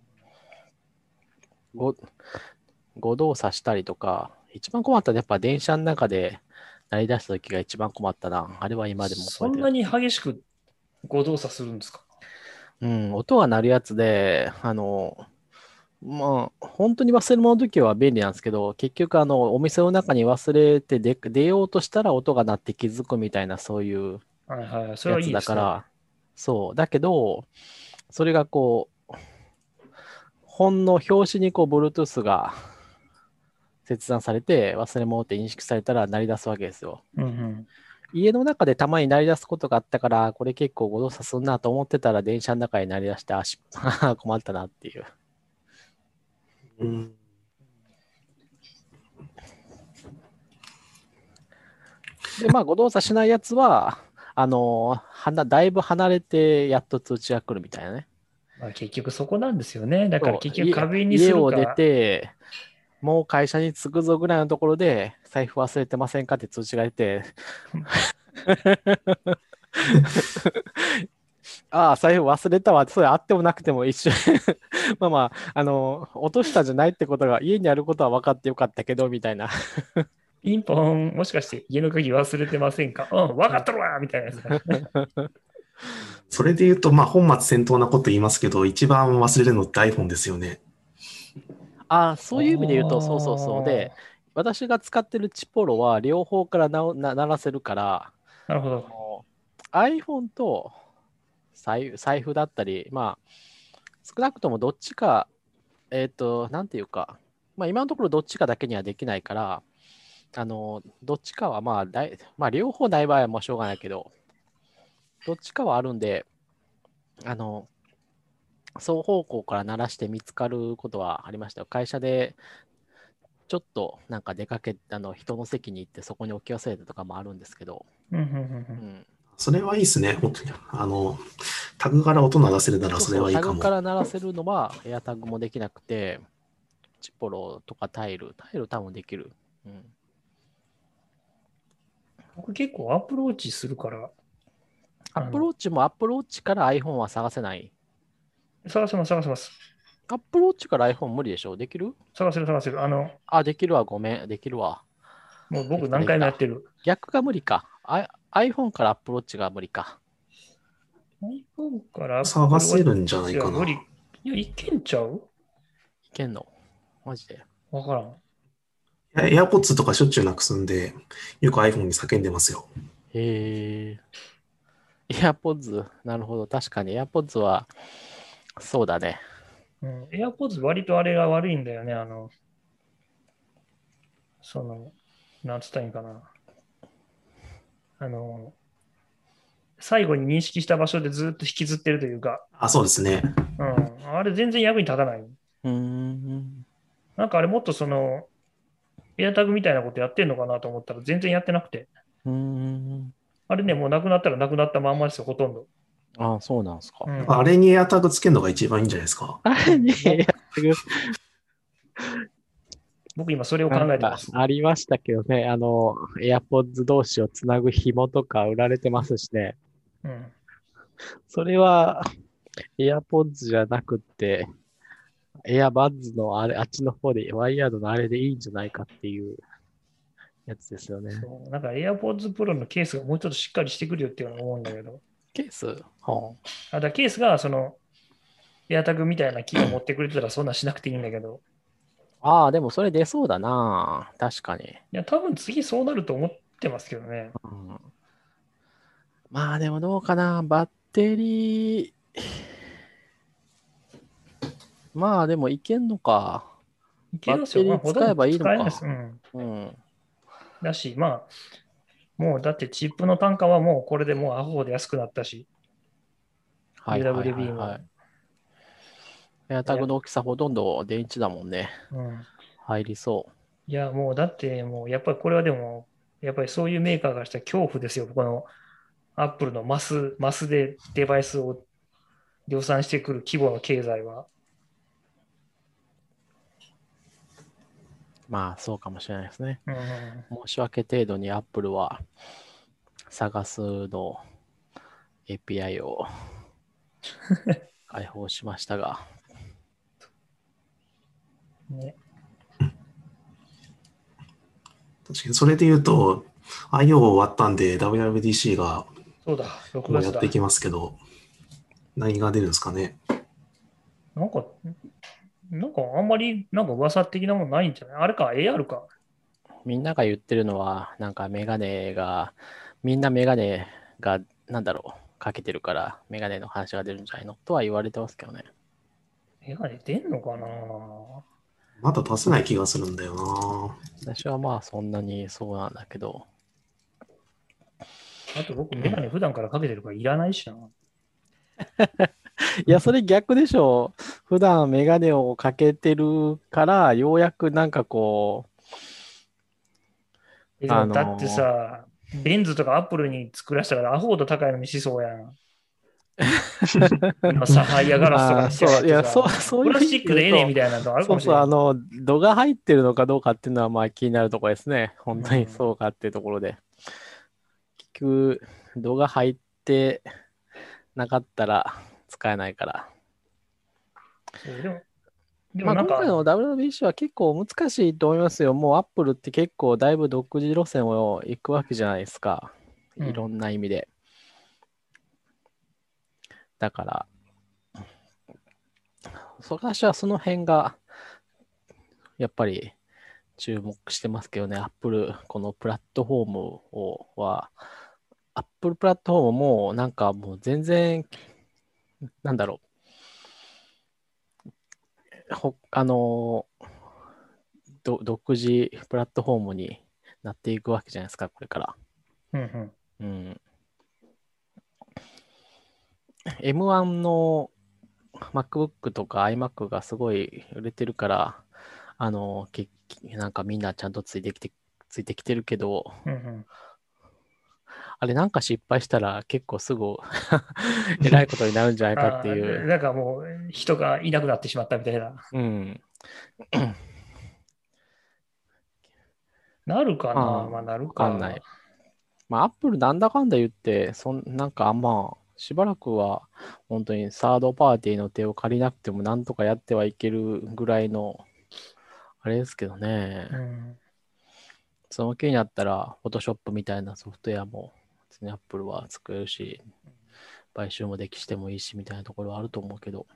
誤誤動作したりとか、一番困ったのはやっぱ電車の中で鳴り出した時が一番困ったな。あれは今でも覚えてる。 そんなに激しく誤動作するんですか？ うん、音が鳴るやつで、あの、まあ、本当に忘れ物の時は便利なんですけど、結局、あの、お店の中に忘れて出出ようとしたら音が鳴って気づくみたいな、そういうはいはい。それやつはいいですね。 だから、そう。だけど、それがこう、本の表紙にこう、Bluetooth が切断されて、忘れ物って認識されたら鳴り出すわけですよ。 うんうん。 家の中でたまに鳴り出すことがあったから、これ結構誤動作すんなと思ってたら、電車の中に鳴り出して、あ、し困ったなっていう。 うん。 で、まあ、誤動作しないやつは、あの、はなだいぶ離れてやっと通知が来るみたいなね。 まあ、結局そこなんですよね。だからそう、 結局家、 過敏にす家を出るか、 て、もう会社に着くぞぐらいのところで、財布忘れてませんかって通知が出て、ああ、財布忘れたわ。それあってもなくても一緒。まあまあ、あの、落としたんじゃないってことが、家にあることは分かってよかったけど、みたいな。 ピンポン、もしかして家の鍵忘れてませんか？うん、分かっとるわみたいなやつが。 それで言うと、まあ、本末転倒なこと言いますけど、一番忘れるのって iPhone ですよね。 ああ、 あそういう意味で言うと、そうそうそう。で、 あ、 私が使ってるチポロは両方からなおな鳴らせるから、あなるほど。 の iPhone と財財布だったり、まあ、少なくともどっちか、えっと、なんていうか、まあ、今のところどっちかだけにはできないから、あの、どっちかはまあ、だいまあ、両方ない場合はもうしょうがないけど、どっちかはあるんで、あの、双方向から鳴らして見つかることはありましたよ。会社でちょっとなんか出かけ、あの、人の席に行ってそこに置き忘れたとかもあるんですけど、 うんうんうんうんうん。 それはいいですね。本当に。あの、タグから音鳴らせるならそれそうそう、タグかはいいかも。 ら鳴らせるのはエアタグもできなくて、チポロとかタイル、タイル多分できる。うん。 僕結構アップローチするから、 アップロあの、 ーチもアップローチから iPhone は探せない。 探せます、探せます。 アップローチから iPhone 無理でしょ？できる？ 探せる、探せる。あの、 あ、できるわ。ごめん。できるわ。 もうで僕何きたできた。 回もやってる。 逆が無理か。I、iPhone から Apple Watch が無理か。 iPhone から探 Apple せるんじゃない Watch はかな。 無理。いや、いけんちゃう？ いけんの？マジで。 わからん。 いや AirPods とかしょっちゅうなくすんで、よく iPhone に叫んでますよ。 へえ。AirPods。なるほど。確かに AirPods は、そうだね。 うん。AirPods 割とあれが悪いんだよね。あの、その、なんつったらいいんかな。あの、最後に認識した場所でずっと引きずってるというか、 あ、そうですね。 うん。あれ全然役に立たない。 うーん。 なんかあれもっとその、エアタグみたいなことやってんのかなと思ったら全然やってなくて。 うーん。 あれね、もうなくなったらなくなったまんまですよ、ほとんど。 あ、そうなんすか。 うん。 あれに AirTag つけるのが一番いいんじゃないですか。 あれに、 僕今それをなんか考えてます。 ありましたけどね。あの、AirPods 同士をつなぐ紐とか売られてますしね。 うん。 それは AirPods じゃなくて、AirBuds のあれ、あっちの方で、ワイヤードのあれでいいんじゃないかっていうやつですよね。 そう。なんか AirPods Pro のケースがもうちょっとしっかりしてくるよっていうのは思うんだけど。 ケースはあ、だからケースがその、エアタグみたいな機能持ってくれてたらそんなんしなくていいんだけど。 あ。ああ、でもそれ出そうだな。確かに。 いや、多分次そうなると思ってますけどね。 うん、まあでもどうかな。バッテリー、まあでもいけんのか。 いけますよ。まあ、 バッテリーほとんど使えばいいの使えます。 か。 うん。 うん。 だし、まあ、もうだってチップの単価はもうこれでもうアホで安くなったし、 はいはいはいユーダブリュービー も。 はい。エアタグの大きさほとんど電池だもんね。 うん。 入りそいや、もうだってもうやっぱりこれはでも、やっぱりそういうメーカーからしたら恐怖ですよ。このアップルのマス、マスでデバイスを量産してくる規模の経済は。 まあ、そうかもしれないですね。 うん、 申し訳程度に Apple は探すの エーピーアイ を開放しましたが。 ね、 確かにそれで言うと、アイオー 終わったんで ダブリューダブリューディーシー がそうだ、6月だ。 もうやっていきますけど、何が出るんですかね。 なんか、なんかあんまりなんか噂的なもんないんじゃない？あれか、エーアール か。 みんなが言ってるのは、なんかメガネが、みんなメガネが、なんだろう、かけてるから、メガネの話が出るんじゃないのとは言われてますけどね。 エーアール出んのかな？ まだ出せない気がするんだよな。 私はまあそんなにそうなんだけど、 あと僕、メガネ普段からかけてるからいらないしな。 いや、それ逆でしょ。普段メガネをかけてるから、ようやくなんかこえ、 う、あでもだってのさ、ベンズとかアップルに作らせたからアホほど高いのにしそうやん。今サファイアガラスとかああ、 にしやがそう、いや、 ってさ、 そう、そういう意プラスチックでええねん味で言うと、 みたいなのあるかそうそう、 もしれん。 あの、度が入ってるのかどうかっていうのは、まあ気になるところですね。本当にうんそうかっていうところで。結局、度が入ってなかったら使えないから。 そうでも、でもまあなんか、 今回の ダブリューダブリューディーシー は結構難しいと思いますよ。もう Apple って結構だいぶ独自路線を行くわけじゃないですか。 うんいろんな意味で。だから、私はその辺がやっぱり注目してますけどね。Apple、このプラットフォームをは、Apple プラットフォームもなんかもう全然、なんだろう、ほあのど独自プラットフォームになっていくわけじゃないですか、これから。 うんうん。 うん。エムワン の MacBook とか iMac がすごい売れてるから、あの、けなんかみんなちゃんとついてきて、ついてきてるけど、 うんうん。 あれなんか失敗したら結構すぐえらいことになるんじゃないかってああ、 いう。 なんかもう人がいなくなってしまったみたいな。 うん。 なるかな？ まあ、 まあなるわかんなか。 い。まあ、Apple なんだかんだ言って、そんなんかまあ、しばらくは本当にサードパーティーの手を借りなくてもなんとかやってはいけるぐらいの、あれですけどね。 うん。 その気になったら、Photoshop みたいなソフトウェアも、別に Apple は作れるし、買収もできしてもいいしみたいなところはあると思うけど。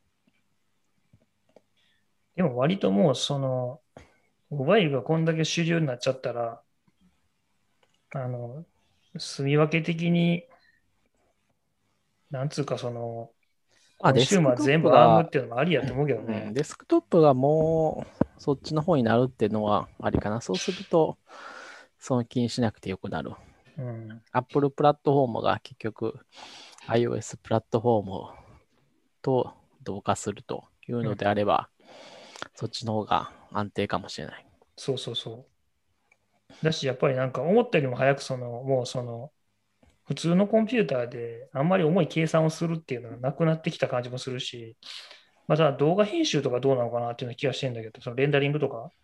でも割ともうその、モバイルがこんだけ主流になっちゃったら、あの、住み分け的に、なんつうかその、 まあ、 コンシューマデスクトッー全部アームっプが、 ていうのもありやと思うけどうん、 ね。 デスクトップがもうそっちの方になるっていうのはありかな。そうすると、その気にしなくてよくなる。 うん。 Apple プラットフォームが結局 iOS プラットフォームと同化するというのであれば、そっちの方が安定かもしれない。 そうそうそう。だし、やっぱりなんか思ったよりも早くその、もうその、普通のコンピューターであんまり重い計算をするっていうのがなくなってきた感じもするし、また動画編集とかどうなのかなっていうような気がしてるんだけど、そのレンダリングとか、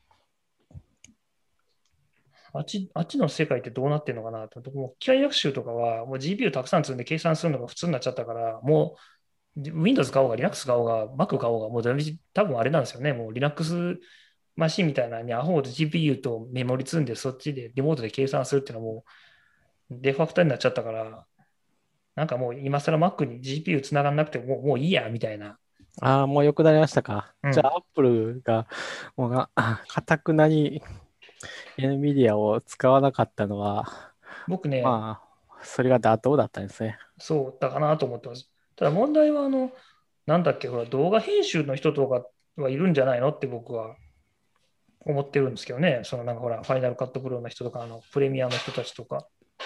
あっち、あっちの世界ってどうなってるのかなと。もう機械学習とかはもう ジーピーユー たくさん積んで計算するのが普通になっちゃったから、もう Windows 買おうが Linux 買おうが Mac 買おうが、もう多分あれなんですよね。もう Linux マシンみたいなのにアホほど ジーピーユー とメモリ積んでそっちでリモートで計算するっていうのはもうデファクトになっちゃったから、なんかもう今更 Mac に ジーピーユー 繋がんなくてももういいや、みたいな。 ああ、もう良くなりましたか。 うん。 じゃあ、Apple が、もうが、かたくなに NVIDIA を使わなかったのは、 僕ね、 まあ、それが妥当だったんですね。 そうだかなと思ってます。ただ問題は、あの、なんだっけ、ほら、動画編集の人とかはいるんじゃないのって僕は思ってるんですけどね。そのなんかほら、ファイナルカットプロの人とか、あの、プレミアの人たちとか。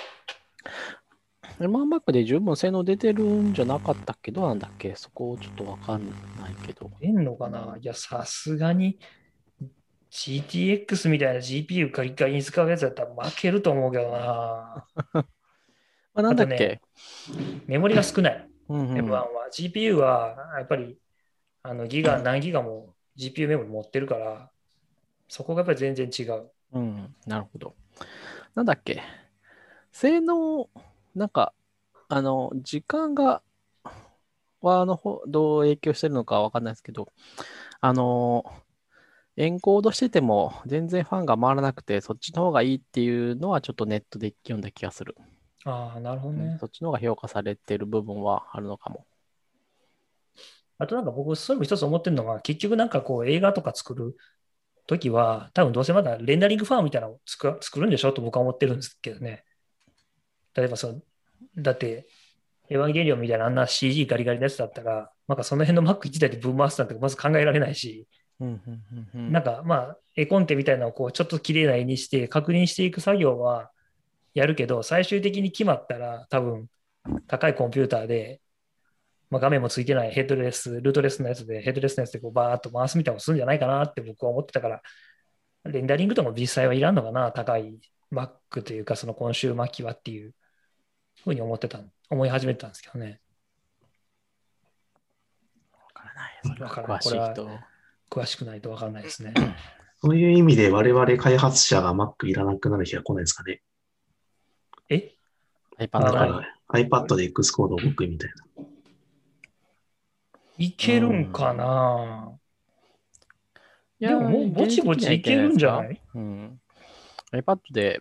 まあ、Mac で十分性能出てるんじゃなかったっけどうなんだっけそこちょっとわかんないけど。 出んのかないや、さすがに ジーティーエックス みたいな ジーピーユー ガリガリに使うやつだったら負けると思うけどな。 まあ、なあとね、 んだっけメモリが少ない。 うんうエムワンん。 は。ジーピーユー はやっぱりあのギガ、何ギガも ジーピーユー メモリ持ってるから、そこがやっぱり全然違う。 うん、なるほど。なんだっけ。性能、なんか、あの、時間が、は、あの、ほどう影響してるのかわかんないですけど、あの、エンコードしてても全然ファンが回らなくて、そっちの方がいいっていうのはちょっとネットで読んだ気がする。 ああ、なるほどうん、 ね。 そっちの方が評価されてる部分はあるのかも。 あとなんか僕、それも一つ思ってるのが、結局なんかこう映画とか作るときは、多分どうせまだレンダリングファームみたいなのを作作るんでしょと僕は思ってるんですけどね。例えばその、だって、エヴァンゲリオンみたいなあんな シージー ガリガリのやつだったら、なんかその辺の Mac 一台でブーム回すなんてまず考えられないし、 うんうんうんうんなんかまあ、絵コンテみたいなのをこうちょっと綺麗な絵にして確認していく作業はやるけど、最終的に決まったら多分高いコンピューターで、まあ、画面もついてないヘッドレス、ルートレスのやつで、ヘッドレスのやつでこうバーっと回すみたいなのをするんじゃないかなって僕は思ってたから、レンダリングとかも実際はいらんのかな、高い Mac というか、その今週末期はっていうふうに思ってた、思い始めてたんですけどね。 わからない。それはわからない。 詳これはしい人。 詳しくないとわからないですね。 そういう意味で我々開発者が Mac いらなくなる日が来ないですかね。 えだ iPad が。 から iPad で X コードを動くみたいな。 いけるんかな。 いやでももうー、 ぼちぼ現実的にはいけちいけるないですか？ んじゃない？ うん。iPad で、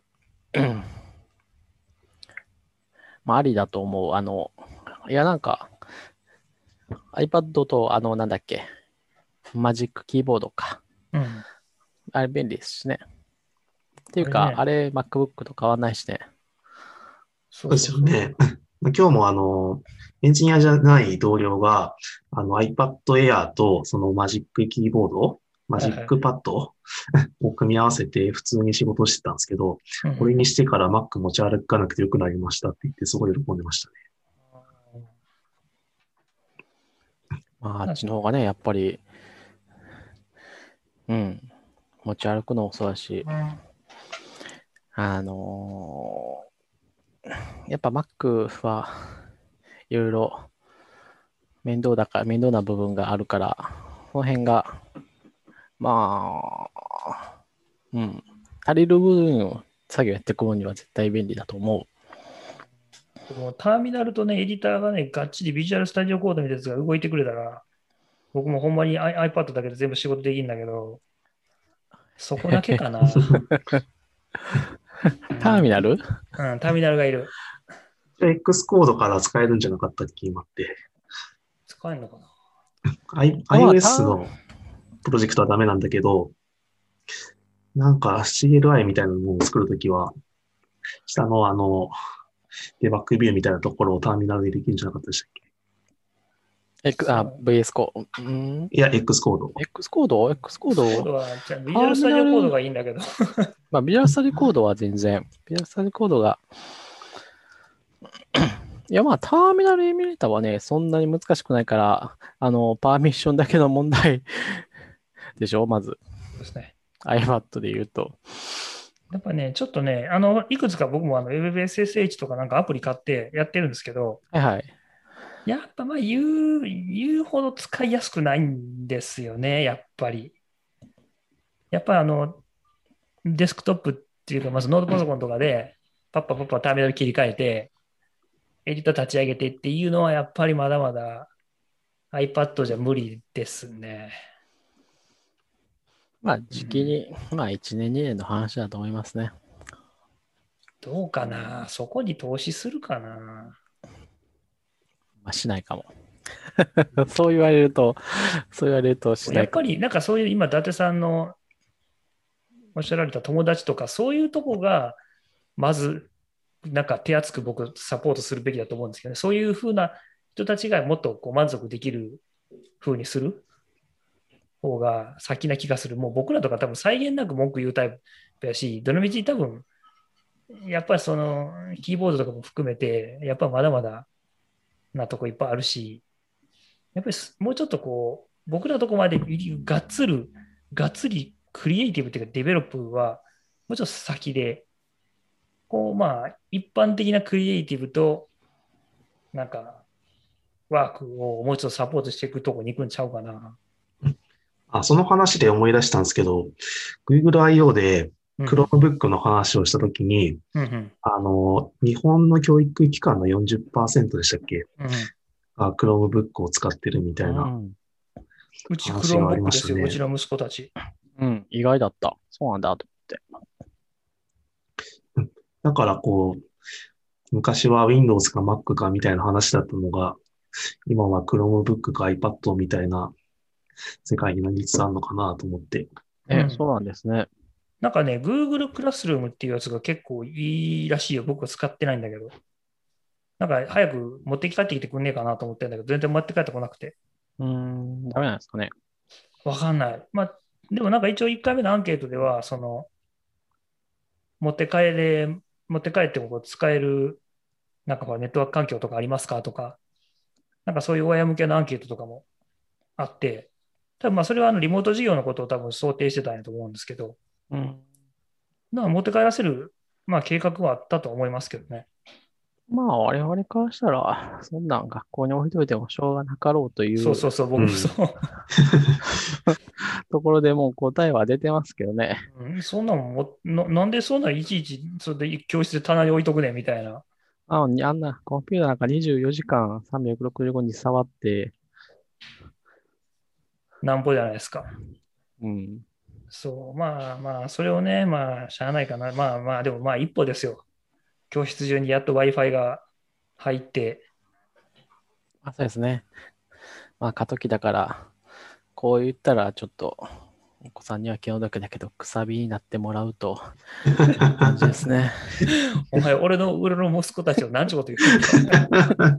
まあ、ありだと思う。あの、いや、なんか、iPad と、あの、なんだっけ、マジックキーボードか。 うん。 あれ便利ですしね。っていうか、 あれね。 あれ MacBook と変わんないしね。 そうでそうそうそう。 すよね。今日もあの、エンジニアじゃない同僚が、あの iPad Air とそのマジックキーボード、マはいはい。 ジックパッドを組み合わせて普通に仕事してたんですけど、 うんうんこれにしてから Mac 持ち歩かなくてよくなりましたって言ってすごい喜んでましたね。 まあ、あっなちの方がね、やっぱり、うん、持ち歩くのもそうだし、あのーやっぱ Mac はいろいろ面倒だから、面倒な部分があるから、この辺が、まあ、うん、足りる部分を作業やっていく分には絶対便利だと思もうターミナルとね、エディターがね、がっちりビジュアルスタジオコードみたいなやつが動いてくれたら、僕もほんまに I- iPad だけで全部仕事できるんだけど、そこだけかな。 う。ターミナル。 うん、ターミナルがいる。 じゃあ X コードから使えるんじゃなかったっけ今って。 使えるのかな。 I、 まあ、タ iOS のプロジェクトはダメなんだけど、なんか シーエルアイ みたいなのを作るときは、下のあの、デバッグビューみたいなところをターミナルでできるんじゃなかったでしたっけ？ X あ、ブイエス コード。うん。 いや、X コード。 X コード ?X コード。 コードは、じゃあビタージュアルスタジオコードミナル、 がいいんだけど。 まあ、ビジュアルスタディコードは全然、ビジュアルスタディコードが、いや、まあ、ターミナルエミュレーターはね、そんなに難しくないから、あの、パーミッションだけの問題でしょ、まず。 そうですね。 iPad で言うと。 やっぱね、ちょっとね、あの、いくつか僕もあの WebSSH とかなんかアプリ買ってやってるんですけど、 はいはい。 やっぱまあ言う、言うほど使いやすくないんですよね、やっぱり。やっぱりあの、デスクトップっていうか、まずノートパソコンとかで、パッパパッパターミナル切り替えて、エディター立ち上げてっていうのは、やっぱりまだまだ iPad じゃ無理ですね。 まあ、時期に、まあ、いちねん、にねんの話だと思いますね。 どうかな、そこに投資するかな。 まあ、しないかも。そう言われると、そう言われるとしないかも。 やっぱりなんかそういう今、伊達さんのおっしゃられた友達とか、そういうとこが、まず、なんか手厚く僕サポートするべきだと思うんですけどね。そういうふうな人たちがもっとこう満足できるふうにする方が先な気がする。もう僕らとか多分際限なく文句言うタイプやし、どのみち多分、やっぱりそのキーボードとかも含めて、やっぱまだまだなとこいっぱいあるし、やっぱりもうちょっとこう、僕らのとこまでがっつる、がっつりクリエイティブっていうかデベロップはもうちょっと先で、こうまあ一般的なクリエイティブと、なんかワークをもう一度サポートしていくとこに行くんちゃうかな。 あ、その話で思い出したんですけど、Google アイオー でうんうん。 Chromebook の話をしたときに、 うんうん。 あの、日本の教育機関のよんじゅっパーセントでしたっけうんうん。 が Chromebook を使ってるみたいなうん。 うちクローム話がありブックですよ、うましたね。 ちの息子たち。 うん。意外だった。そうなんだと思って。 うんだからこう、昔は Windows か Mac かみたいな話だったのが、今は Chromebook か iPad みたいな世界になりつつあるのかなと思って。 ね、 うん。 そうなんですね。 なんかね、Google クラスルームっていうやつが結構いいらしいよ。僕は使ってないんだけど。なんか早く持って帰ってきてくんねえかなと思ってんだけど、全然持って帰ってこなくて。 うーん、ダメなんですかね。 わかんない。まあ、でもなんか一応いっかいめのアンケートでは、その、持って帰れ、持って帰ってここ使える、なんかこうネットワーク環境とかありますかとか、なんかそういう親向けのアンケートとかもあって、多分まあそれはあのリモート授業のことを多分想定してたんやと思うんですけど、 うん。 まあ持って帰らせる、まあ計画はあったと思いますけどね。 まあ、我々からしたら、そんなん学校に置いといてもしょうがなかろうというそうそうそう、 うん。 僕もそう。 ところでもう答えは出てますけどね。 うん、そんなもんもな、なんでそんないちいちそれで教室で棚に置いとくねんみたいな。 ああんなコンピューターなんかにじゅうよじかんさんびゃくろくじゅうごにち触って、 なんぼじゃないですか。 うん。 そう、まあまあ、それをね、まあ、しゃあないかな。まあまあ、でもまあ、一歩ですよ。教室中にやっと Wi-Fi が入って、 まあ、そうですね。まあ、過渡期だから、こう言ったらちょっと、お子さんには気の毒だけど、くさびになってもらうという感じですね。 お前、俺の裏の息子たちを何ちゅうこと言うんだ。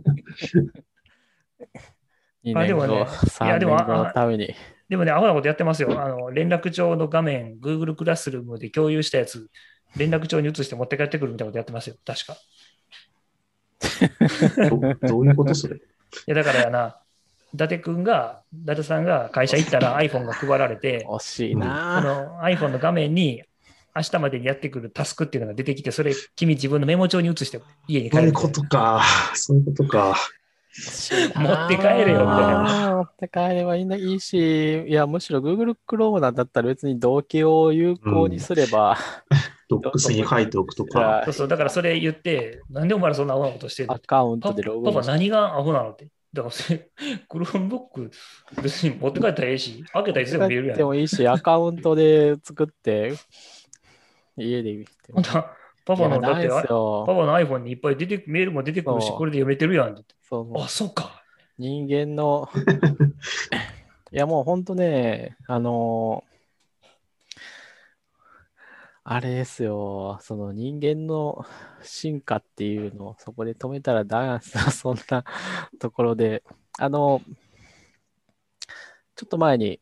あ、でにねんご、 もね、いや、 3 でも、 年後のあ、あために。 でもね、アホなことやってますよ。あの、連絡帳の画面、Google クラスルームで共有したやつ、連絡帳に移して持って帰ってくるみたいなことやってますよ。確か。 ど、どういうことそれ？ いや、だからやな、伊達君が、伊達さんが会社行ったら iPhone が配られて、 惜しいうん。 そな。 の iPhone の画面に明日までにやってくるタスクっていうのが出てきて、それ君自分のメモ帳に移して家にそういうこ帰るみたいな。 とか。そういうことか。 惜しい持って帰れよみたいな。 な。持って帰ればいいんだ、いいし、いや、むしろ Google Chrome なんだったら別に同期を有う効にん。 すれば、 ドックスどんどんむに書いておくとか。 そうそう、 いやいいだからそれ言って、なんでお前らそんなアホなことしてんのって。 アカウントパ、 でログパパインして。 何がアホなのって。だからそれ、クロームブック別に持って帰ったらええし、開けたらいつで持って帰っも見れるやん。 てもいいし、アカウントで作って、家で見てもいい。 ほんとパいや、 パの、だって、 ないですあパよ。 パの iPhone にいっぱい出て、メールも出てくるし、こそう、 れで読めてるやんって。あ、 そう、 そうか。 人間の、いや、もう本当ね、あのあれですよ、その人間の進化っていうのをそこで止めたらダメなんですよ、そんなところで。あの、ちょっと前に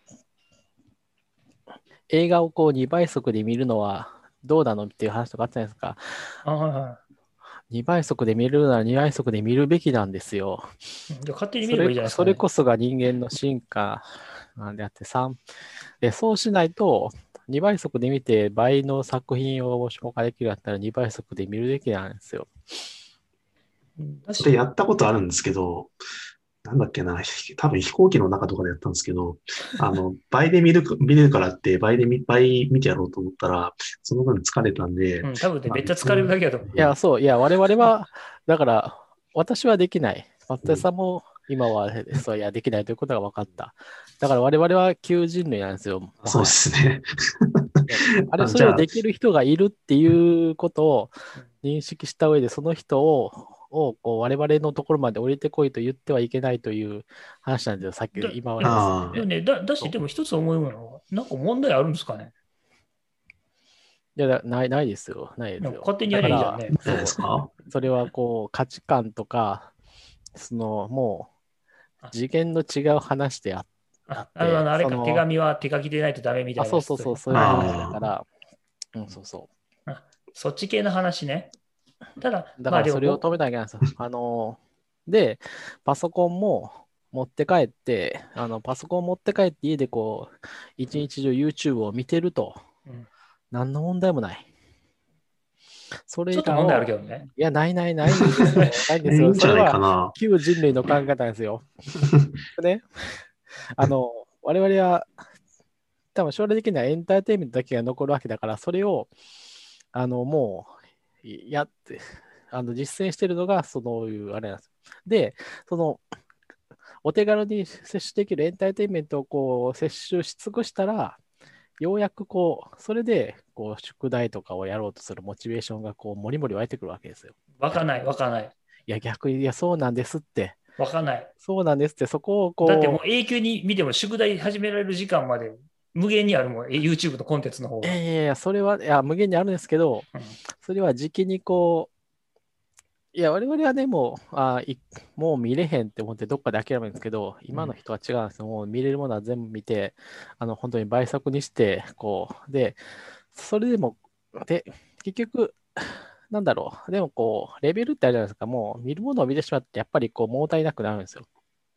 映画をこうにばい速で見るのはどうなのっていう話とかあったじゃないですか。 あ、はいはにばい速で見るならにばい速で見るべきなんですよ。 い。うんじゃあ勝手に見それ、 ればいいじゃないですかね。 それこそが人間の進化なんであってさんで、そうしないとにばい速で見て倍の作品を消化できるんだったらにばい速で見るべきなんですよ。 うんだそれやし、 ったことあるんですけど、なんだっけな、多分飛行機の中とかでやったんですけど、あの、倍で見る、見れるからって倍で見、倍見てやろうと思ったら、その分疲れたんで、 うん、多分ね、 まあめっちゃ疲れる別に、 だけだと思う。 いや、そう、いや、我々は、だから、私はできない。松うん、 田さんも今は、そういや、できないということが分かった。だから我々は旧人類なんですよ、もそうではや。 すね。 あれ、 あ、じゃあ、 それをできる人がいるっていうことをうん認識した上で、その人を、をこう我々のところまで降りてこいと言ってはいけないという話なんですよ、さっき、 だ、い今までや、 ですね。 ああ、 でもね、だ、だし、 そうでも一つ思うのは、なんか問題あるんですかね。 いや、だない、ないですよ、ないですよ。 なんか勝手にやりゃいいじゃんだから、 ね。 じゃないでそう、 すか？ それはこう、価値観とか、その、もう、 あ、 次元の違う話であ、ああ、 って、 あの、あれか、手その、 紙は手書きでないとダメみたあ、 いなそうそうそう、 やつと。 そういうはいはい話だああ、 から、うん、そうそあ、そっち系の話ね。ただ、 う。だまあからそれを止でも僕、 めなきゃいけないんですよ。あの、で、パソコンも持って帰って、あの、パソコン持って帰って家でこう、一日中 YouTube を見てると、 うん、 何の問題もない。 それ以下を、 ちょっと問題あるけどね。 いや、ないないないんですよ。ないんですよ。 いいんじゃないかそれはな。 旧人類の考え方ですよ。ね。あの、我々は、多分将来的にはエンターテインメントだけが残るわけだから、それを、あの、もう、やって、あの、実践してるのが、そういう、あれなんですよ。で、その、お手軽に摂取できるエンターテインメントをこう摂取し尽くしたら、ようやくこう、それでこう宿題とかをやろうとするモチベーションがこう、もりもり湧いてくるわけですよ。 わかんない、わかんない。 いや、逆に、いや、そうなんですって。 わかんない。 そうなんですって、そこをだってもうこう、 永久に見ても宿題始められる時間まで無限にあるもん。え YouTube のコンテンツの方が。 いやいやいや、それは、いや、無限にあるんですけど、 うんそれは時期にこう、いや、我々はね、もう、あいもう見れへんって思ってどっかで諦めるんですけど、今の人は違うんですよ。もう見れるものは全部見て、あの、本当に倍速にして、こう、で、それでも、で、結局、なんだろう、でもこう、レベルってあるじゃないですか、もう見るものを見てしまって、やっぱりこう、物足りなくなるんですよ。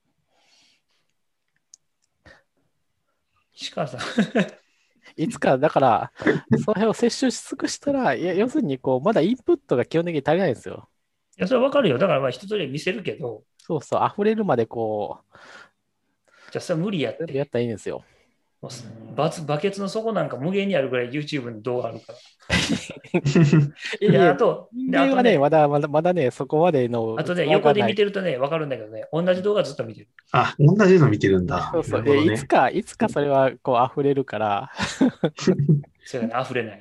石川さん。 いつか、だから、その辺を摂取し尽くしたら、いや、要するに、こう、まだインプットが基本的に足りないんですよ。 いや、それはわかるよ。だからまあ一通り見せるけど、 そうそう、溢れるまでこう、 じゃあそれは無理やっ全部やって。 たらいいんですよ。 もうバツバケツの底なんか無限にあるぐらい YouTube に動画あるから。で、 いやいや、 あと、で、あ人間はね、 とね、 まだまだまだね、そこまでのあとね、 器横でがない。 見てるとね、わかるんだけどね、同じ動画ずっと見てる。 あ、同じの見てるんだ。 そうそう。で、 なるほどね。 いつか、いつかそれはこう溢れるから、 それがね、溢れない。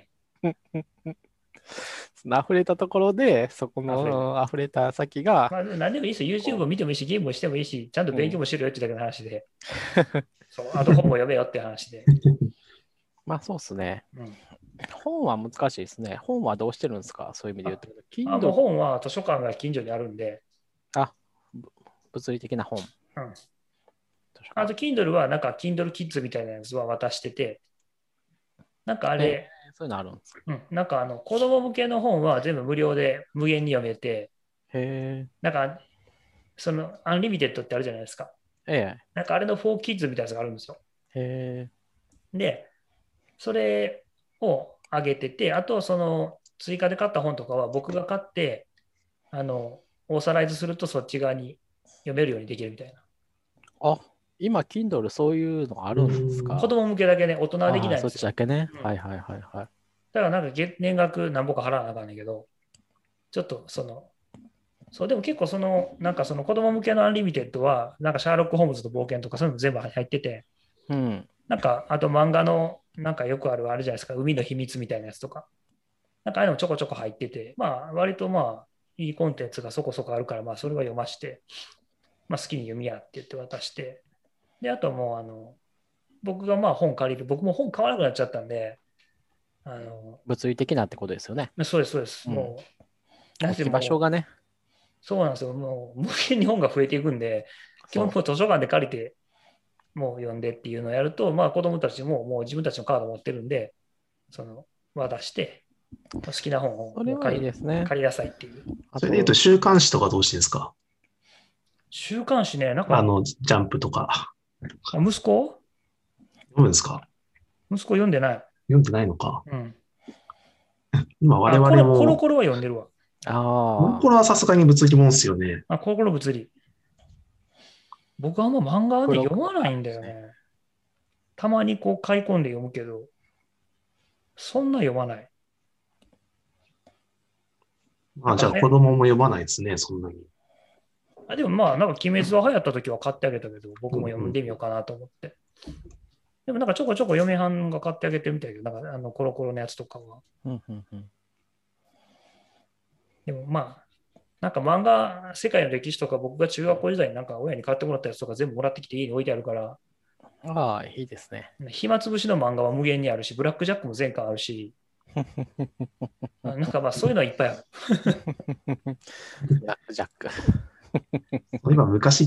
その溢れたところで、そこ溢れない。 の溢れた先が、 まあ、何でもいいですよ。YouTube を見てもいいし、ゲームをしてもいいし、ちゃんと勉強もしろよってだけの話で。そう、あと本も読めよって話で。 まあそうですね。 うん、 本は難しいですね。本はどうしてるんですか？そういう意味で言うと。 あ、もう Kindle、 本は図書館が近所にあるんで、 あ、ぶ物理的な本。 うん、 図書あと館。 Kindle はなんか Kindle Kids みたいなやつは渡してて、なんかあえれ、 ーそういうのあるんですか？ うん、なんかあの子供向けの本は全部無料で無限に読めて、 へなんかそのアンリミテッドってあるじゃないですか。 え、えなんかあれの フォー Kids みたいなやつがあるんですよ。 え、へで、それをあげてて、あとその追加で買った本とかは僕が買って、あの、オーサライズするとそっち側に読めるようにできるみたいな。 ーあ、今、Kindle そういうのあるんですか？ 子供向けだけね、大人はできああ、そっないんですよ。 ちだけね。 うん、 はいはいはいはい。 だからなんか月年額何ぼか払わなあかんねんけど、ちょっとその、そう、でも結構その、なんかその子供向けのアンリミテッドは、なんかシャーロック・ホームズと冒険とかそういうの全部入ってて、 うん。 なんかあと漫画の、なんかよくあるあるじゃないですか、海の秘密みたいなやつとか、なんかああいうのもちょこちょこ入ってて、まあ割とまあいいコンテンツがそこそこあるから、まあそれは読まして、まあ好きに読みやって言って渡して、で、あともうあの、僕がまあ本借りる、僕も本買わなくなっちゃったんで、あの、 物理的なってことですよね。 そうです、そうです。 うんもう、なぜ置き場所もう、 がね。 そうなんですよ。もう、無限に本が増えていくんで、基本そもう図書館で借りて、もう読んでっていうのをやると、まあ子供たちももう自分たちのカード持ってるんで、その、渡して、好きな本う。 をそれはいいもう借り、 ですね。 借りなさいっていう。 あそれで言うと週刊誌とかどうしてるんですか？ 週刊誌ね、なんか、 あの、ジャンプとか。 あ息子読むんですか？ 息子読んでない。 読んでないのか。 うん。 今我あ、コロ、コロ 々も、 コロは読んでるわ。 あこれはさすがに物理もんですよね。 あ、コロコロ物理。僕はもう漫画はね、 付録読まないんだよね。たまにこう買い込んで読むけど、そんな読まない。 まあ、じゃあ子供も読まないですね、そんなに。 あ、でもまあ、なんか鬼滅は流行った時は買ってあげたけど、僕も読んでみようかなと思って。でもなんかちょこちょこ嫁はんが買ってあげてるみたいけど、なんかあのコロコロのやつとかは。 あ。うんうんうん。 でもまあ、なんか漫画、世界の歴史とか僕が中学校時代になんか親に買ってもらったやつとか全部もらってきて家に置いてあるから、 ああ、いいですね。 暇つぶしの漫画は無限にあるし、ブラックジャックも全巻あるし、なんかまあそういうのはいっぱいある。 ブラックジャック。 今昔って、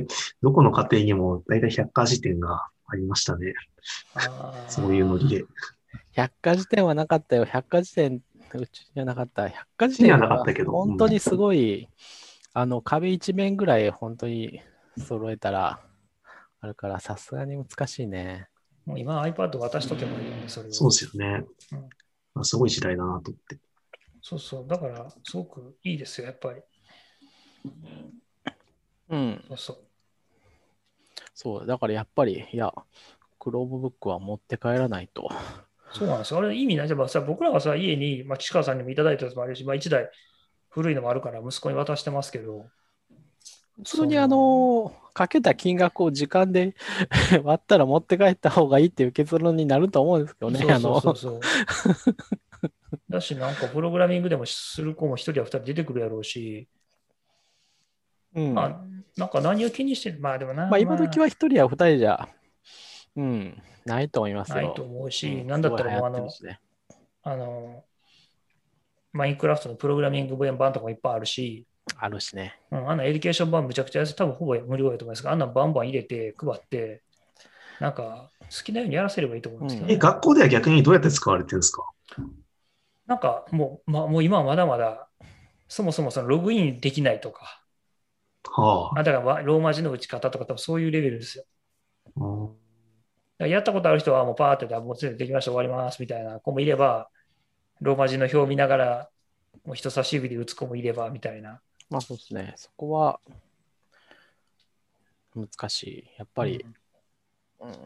どこの家庭にも大体百科事典がありましたね。 あそういうノリで。 百科事典はなかったよ。百科事典、うちにはなかった。百科事うちには典はなかったけど本当にすごい、あの、壁一面ぐらい本当に揃えたらあるから、さすがに難しいね。 もう今 iPad 渡しとけばいいよね、それを。 そうですよね。 うんまあ、すごい時代だなと思って。 そうそう。だから、すごくいいですよ、やっぱり。 うん。 そうそう。 そう、だからやっぱり、いや、Chromebook は持って帰らないと。 そうなんですよ。あれ意味ないじゃん。さ、僕らはさ、家に、まあ、岸川さんにもいただいたやつもあるし、まあ、いちだい古いのもあるから息子に渡してますけど、 普通にあの、かけた金額を時間で割ったら持って帰った方がいいっていう結論になると思うんですけどね。 そうそうそうそう。だし、なんかプログラミングでもする子も一人や二人出てくるやろうし、 うん。 まあ、なんか何を気にしてる、まあでもな、 まあ今時は一人や二人じゃ、うん、ないと思いますよ。 ないと思うし、 うん、 なんだったらすごい流行もうあの、 ってるしね。 あの、マインクラフトのプログラミング版とかもいっぱいあるし、 あるしね。 うん、あんなエデュケーション版むちゃくちゃ安い、多分ほぼ無料やと思いますが、あんなバンバン入れて配って、なんか好きなようにやらせればいいと思うんですけどね。 え、学校では逆にどうやって使われてるんですか？ なんかもう、まあ、もう今はまだまだ、そもそもそのログインできないとか、 はあ、だからわローマ字の打ち方とか多分そういうレベルですよ。 あ。うんだからやったことある人はもうパーってやったらもう全然できました終わりますみたいな子もいれば、ローマ字の表を見ながらもう人差し指で打つ子もいればみたいな。 まあそうですね。そこは難しい。やっぱり、 うん、 うーん、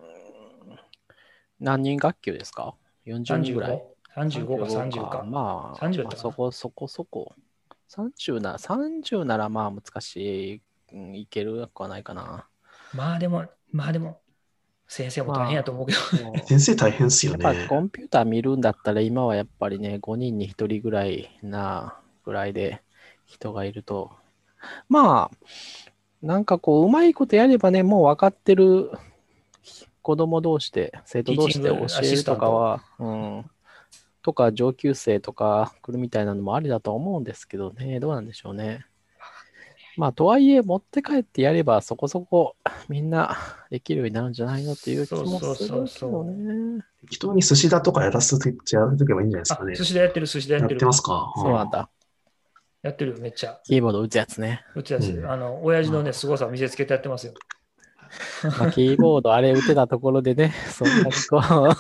何人学級ですか？ よんじゅう 人ぐらい？ さんじゅうごかさんじゅうか。 まあ、 さんじゅうやまあ、 ったかな。 そこそこそこ。さんじゅうな、さんじゅうならまあ難しい、うん、いけるくはないかな。 まあでも、まあでも、先生も大変やと思うけど。 まあ先生大変っすよやっぱね。 コンピューター見るんだったら今はやっぱりね、ごにんにひとりぐらいなぐらいで人がいると、まあ、なんかこう、うまいことやればね、もう分かってる子供同士で、生徒同士で教えるとかは、うん、とか上級生とか来るみたいなのもありだと思うんですけどね、どうなんでしょうね。まあ、とはいえ、持って帰ってやればそこそこみんなできるようになるんじゃないのっていう気もするけどね。 適当に寿司だとかやらせて、やらせとけばいいんじゃないですあ、 かね。 寿司でやってる、寿司でやってる。 やってますか？ そうなんだ。 やってるよ、めっちゃ。 キーボード打つやつね。 打つやつ。 うんあの、親父のね、凄さを見せつけてやってますよ。 まあ、キーボードあれ打てたところでね、そんなにこう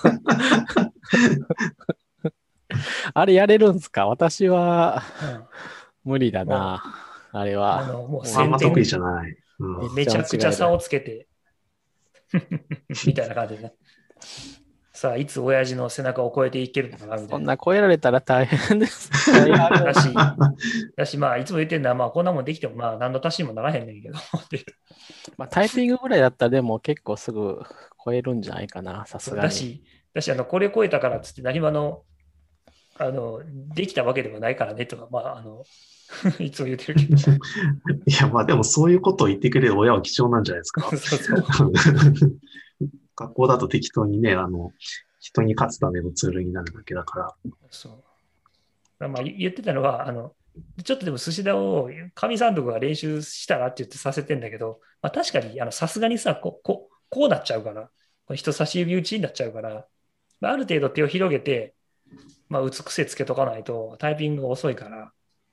あれやれるんすか？私は無理だな、あれは。 あの、もうあんま先得意じゃない。うん、 めちゃくちゃ差をつけて、みたいな感じでね。さあ、いつ親父の背中を越えていけるのかなみたいな。 そんな超えられたら大変です。 だし、だし、まあ、いつも言ってるのは、まあ、こんなもんできても、まあ、何の足しにもならへんねんけど。 まあ、タイピングぐらいだったらでも結構すぐ超えるんじゃないかな、さすがに。 だし、だし、あの、これ超えたからっつって何もあの、あの、できたわけでもないからねとか、まあ、あの、いつも言ってるけど。 いや、まあでもそういうことを言ってくれる親は貴重なんじゃないですか。 そうそう。 学校だと適当にね、あの、人に勝つためのツールになるだけだから。 そう。まあ、言ってたのは、あの、ちょっとでも寿司だを上さんとかが練習したらって言ってさせてんだけど、まあ、確かにさすがにさここ、こうなっちゃうから、人差し指打ちになっちゃうから、まあ、ある程度手を広げて、まあ、打つ癖つけとかないとタイピングが遅いから。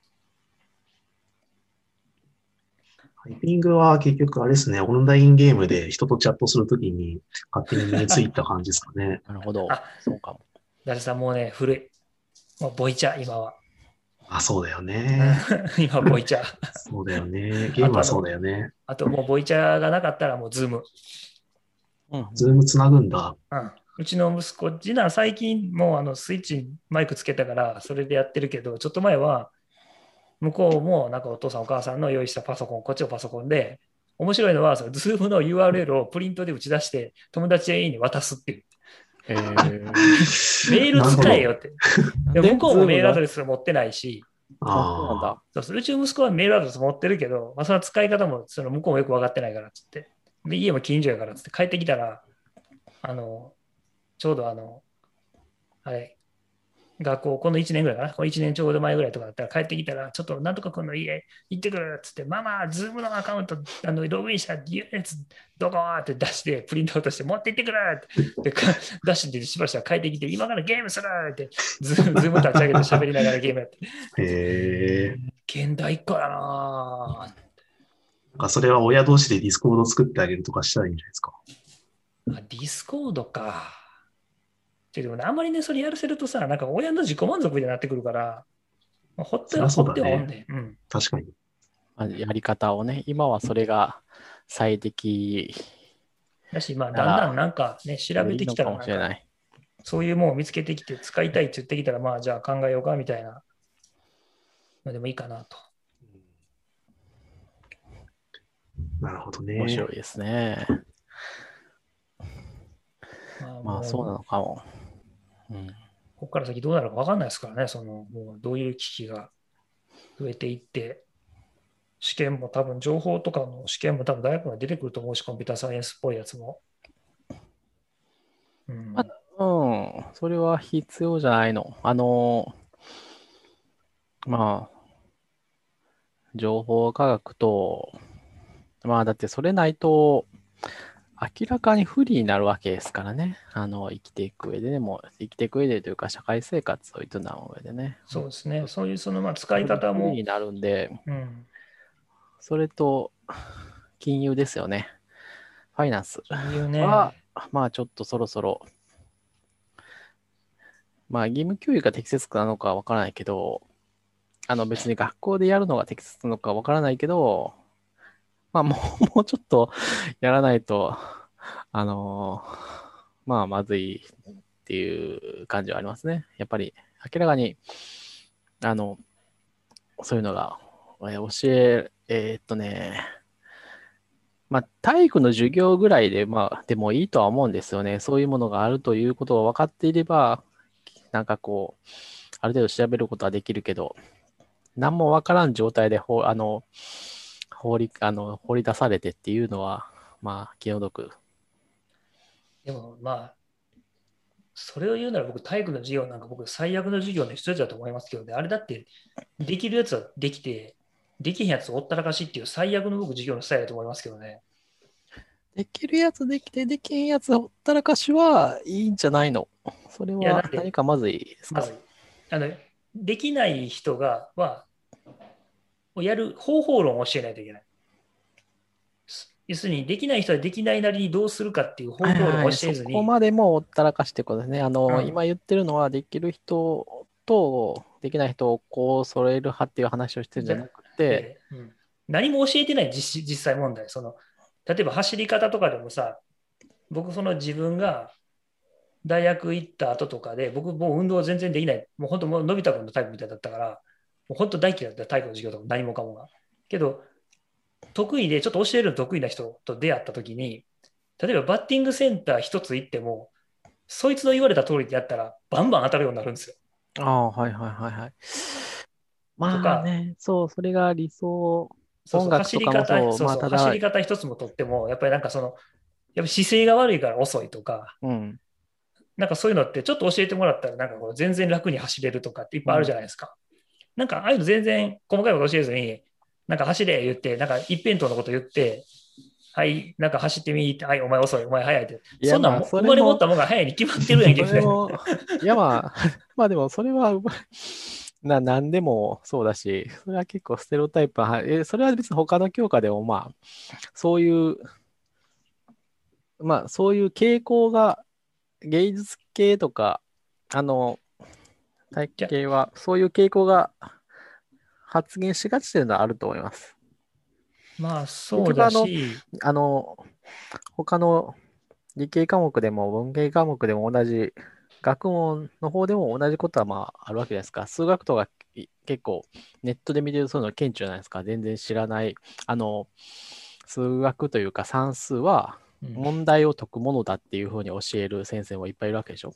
タイピングは結局あれですね、オンラインゲームで人とチャットするときに勝手に身についた感じですかね。 なるほど。 あ、 そうかも。 だってさ、もうね、古い。もうボイチャ、今は。 あ、そうだよね。 今、ボイチャ。 そうだよね。ゲームはそうだよね。 あと、もうボイチャがなかったらもうズーム。 うん、 ズームつなぐんだ。 うん。うちの息子、次男最近もうあのスイッチにマイクつけたからそれでやってるけど、ちょっと前は向こうもなんかお父さんお母さんの用意したパソコン、こっちのパソコンで、面白いのはその Zoom の ユーアールエル をプリントで打ち出して友達全員に渡すっていう。 えー、 メール使えよって。でも向こうもメールアドレス持ってないし、 あ、そうなんだ。 そうそううちの息子はメールアドレス持ってるけど、まあ、その使い方もその向こうもよく分かってないからっつって、で家も近所やからっつって帰ってきたら、あの、ちょうどあの、あれ、学校、このいちねんぐらいかな、このいちねんちょうど前ぐらいとかだったら帰ってきたら、ちょっとなんとか君の家行ってくるっつって、ママ、ズームのアカウント、あのログインしたやつ、どこって出して、プリントアウトして持って行ってくるって出してしばらくしたら帰ってきて、今からゲームするってズ、ズーム立ち上げて喋りながらゲームやって。 へー。現代っ子だなぁ。なんかそれは親同士でディスコード作ってあげるとかしたらいいんじゃないですか。 あ、ディスコードか。 っていうのもね、あんまりね、それやらせるとさ、なんか親の自己満足みたいになってくるから、まあ、ほっては、 そりゃそうだほってはおんね。 で、うん。 確かに。 まあやり方をね、今はそれが最適だし、まあ、 なだんだんらなんかね、調べてきいいのかたらなんか、 もしれない。 そういうものを見つけてきて使いたいって言ってきたら、まあ、じゃあ考えようかみたいなのでもいいかなと。 なるほどね。 面白いですね。 まあ、 まあそうなもう、 のかも。うん、 ここから先どうなるか分かんないですからね、その、もうどういう機器が増えていって、試験も多分、情報とかの試験も多分大学が出てくると思うし、コンピューターサイエンスっぽいやつも。うまん。 あ、うん、それは必要じゃないの。あの、まあ、情報科学と、まあだってそれないと、明らかに不利になるわけですからね。あの、生きていく上でね、もう生きていく上でというか、社会生活を営む上でね。 そうですね。そういう、その、まあ、使い不利方も、 不利になるんで、 うん。 それと、金融ですよね。ファイナンス金融は、 ね。 まあちょっとそろそろ、まあ義務教育が適切なのかわからないけど、あの別に学校でやるのが適切なのかわからないけど、まあもう、もうちょっとやらないと、あのまあまずいっていう感じはありますね。やっぱり明らかに、あの、そういうのが、えー教え、えーっとね、まあ体育の授業ぐらいで、まあでもいいとは思うんですよね。そういうものがあるということが分かっていれば、なんかこう、ある程度調べることはできるけど、何も分からん状態でほあの放りあの放り出されてっていうのは、まあ気の毒。 でも、まあ、それを言うなら僕、体育の授業なんか僕、最悪の授業の一つだと思いますけどね。あれだって、できるやつはできて、できへんやつをおったらかしっていう最悪の僕、授業のスタイルだと思いますけどね。 できるやつできて、できんやつほったらかしはいいんじゃないの。それいや、だは何って、 かまずいですか？ まず、あの、できない人が、は、やる方法論を教えないといけない。要するに、できない人はできないなりにどうするかっていう方法論をはいはい、そ教えずに、 こまでもほったらかしってことですね。あの、 うん。 今言ってるのは、できる人とできない人をこう揃える派っていう話をしてるんじじゃゃなくて、 で、うん、何も教えてない実実際問題。その、例えば走り方とかでもさ、僕その自分が大学行った後とかで、僕もう運動全然できない。もう本当もうのび太くんのタイプみたいだったから、もう本当大嫌いだった体育の授業とか何もかもが。けど、得意でちょっと教えるの得意な人と出会った時に、例えばバッティングセンター一つ行っても、そいつの言われた通りでやったらバンバン当たるようになるんですよ。 ああ、はいはいはいはい。 とか、 まあね、そう、それが理想。 そうそう、 音楽と走り方、 かもそう、 そうそう、 まあただ、 走り方一つもとっても、やっぱりなんかその、やっぱ姿勢が悪いから遅いとか、 うん、 なんかそういうのってちょっと教えてもらったら、なんかこう全然楽に走れるとかっていっぱいあるじうん。 ゃないですか。なんかああいうの全然細かいこと教えずに、なんか走れ言って、なんか一辺倒のこと言って、はい、なんか走ってみって、はい、お前遅い、お前早いって。 いや、 そんなんまあ、 も生まれ持っそれも、 たもんが早いに決まってるやんけ、みたいな。 それも、いや、まあ、まあでも、それは、うまいな、なんでもそうだし、それは結構ステレオタイプは、え、それは別に他の教科でも、まあ、そういう、まあ、そういう傾向が、芸術系とか、あの、体育じゃ系は、そういう傾向が発現しがちというのはあると思います。 まあそうだ結局、あの、 し、 あの、他の理系科目でも文系科目でも同じ、学問の方でも同じことはまああるわけですから、数学とかい結構ネットで見てるそういうの顕著じゃないですか。全然知らない。あの、数学というか算数はうん、 問題を解くものだっていうふうに教える先生もいっぱいいるわけでしょ。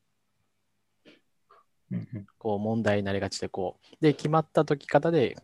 うんうん、 こう問題になりがちでこう。で、決まった解き方で、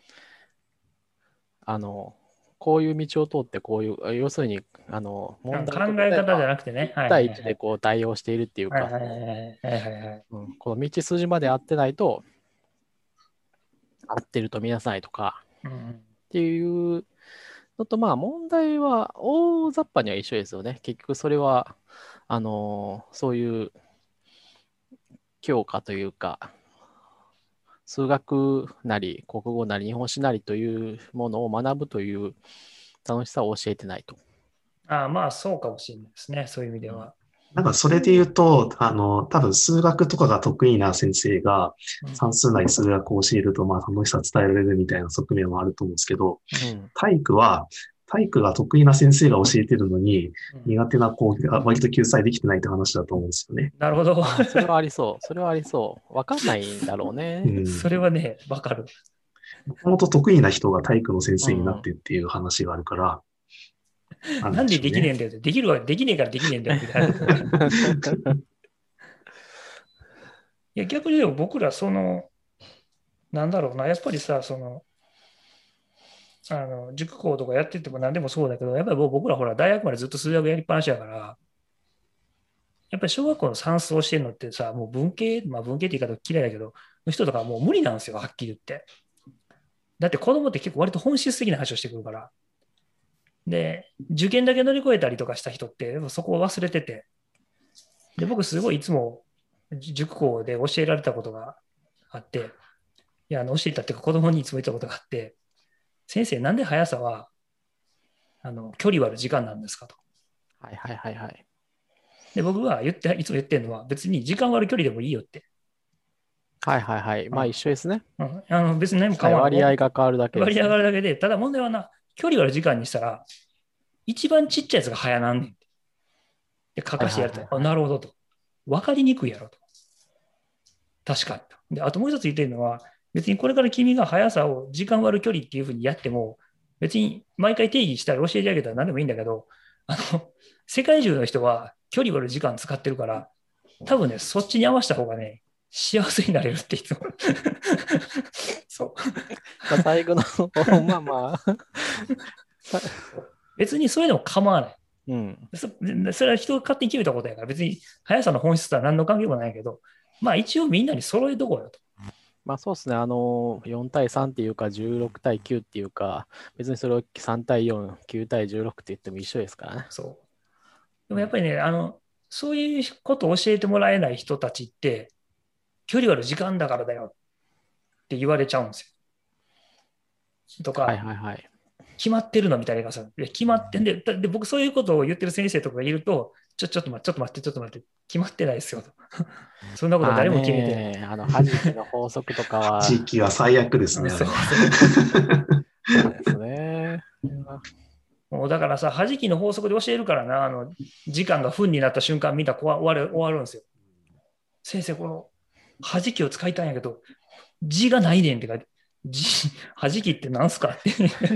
あの、こういう道を通ってこういう、要するに、あの、問題と考え方じゃ答えはなくてね。はいはいいち対いちではい。 こう対応しているっていうか、 はいはいはいはいはいはい。 うん、この道筋まで合ってないと、合ってると見なさいとかうん、 っていうのと、まあ問題は大雑把には一緒ですよね。結局それは、あのーそういう教科というか、数学なり国語なり日本史なりというものを学ぶという楽しさを教えてないと。 ああ、まあそうかもしれないですね。そういう意味でうん、 は。 なんかそれで言うと、あの、多分数学とかが得意な先生がうん算数なり数学を教えると、まあ楽しさ伝えられるみたいな側面はあると思うんですけど、 うん。 体育は、体育が得意な先生が教えてるのに、 うん苦手な子が割と救済できてないって話だと思うんですよね。 なるほど。 ああ、それはありそう。それはありそう。わかんないんだろううね。 ん。 それはね、わかる。 もともと得意な人が体育の先生になっうん。 てっていう話があるから、あるなんでんでしょうね。 できねえんだよって。できるわ、できねえからできねえんだよみたいな。いや、逆にでも僕ら、その、なんだろうな、やっぱりさ、その、あの、塾講とかやってても何でもそうだけど、やっぱりもう僕らほら、大学までずっと数学やりっぱなしだから、やっぱり小学校の算数をしてるのってさ、もう文系、まあ文系って言い方嫌いだけど、の人とかはもう無理なんですよ、はっきり言って。だって子供って結構割と本質的な話をしてくるから。で、受験だけ乗り越えたりとかした人って、そこを忘れてて。で、僕すごいいつも塾校で教えられたことがあって、いや、あの教えたっていうか子供にいつも言ったことがあって、先生、なんで速さはあの距離割る時間なんですかと。 はいはいはいはい。 で、僕は言って、いつも言ってるのは、別に時間割る距離でもいいよって。 はいはいはい。まあ一緒ですね。 うん、あの別に何もはい、 変わらない。 割合が変わるだけです、 割り上ね。 がるだけで、ただ問題はな、距離割る時間にしたら、一番ちっちゃいやつが早なんねんって。で、書かしてやると、あ、 はいはいはいはい。 なるほどと。分かりにくいやろと。確かにと。で、あともう一つ言ってるのは、別にこれから君が速さを時間割る距離っていうふうにやっても、別に毎回定義したら教えてあげたら何でもいいんだけど、あの、世界中の人は距離割る時間使ってるから、多分ね、そっちに合わせた方がね、幸せになれるっていつも。そう。 まあ最後の、まあまあ。 別にそれでも構わない。 うん。 そそれは人が勝手に決めたことやから、別に速さの本質とは何の関係もないけど、まあ一応みんなに揃えとこうよと。 まあそうですね。あの、よん対さんっていうか、じゅうろく対きゅうっていうか、別にそれをさん対よん、きゅう対じゅうろくって言っても一緒ですからね。 そう。でもやっぱりね、あの、そういうことを教えてもらえない人たちって、距離割る時間だからだよって言われちゃうんですよ。とはいか、 はいはい。 決まってるのみたいなさ、決まってんで、で、僕そういうことを言ってる先生とかがいると、ちょ、ちょっと待って、ちょっと待って、ちょっと待って、決まってないですよと。そんなことはまあ誰も決めてない。 ね、あの、弾きの法則とかは、 地域は最悪ですね、あれうんそうは。 そうですね。 もうだからさ、弾きの法則で教えるからな、あの、時間が分になった瞬間見たら終わる、終わるんですよ。先生、この弾きを使いたいんやけど、字がないねんって書いて、字、弾きって何すかって。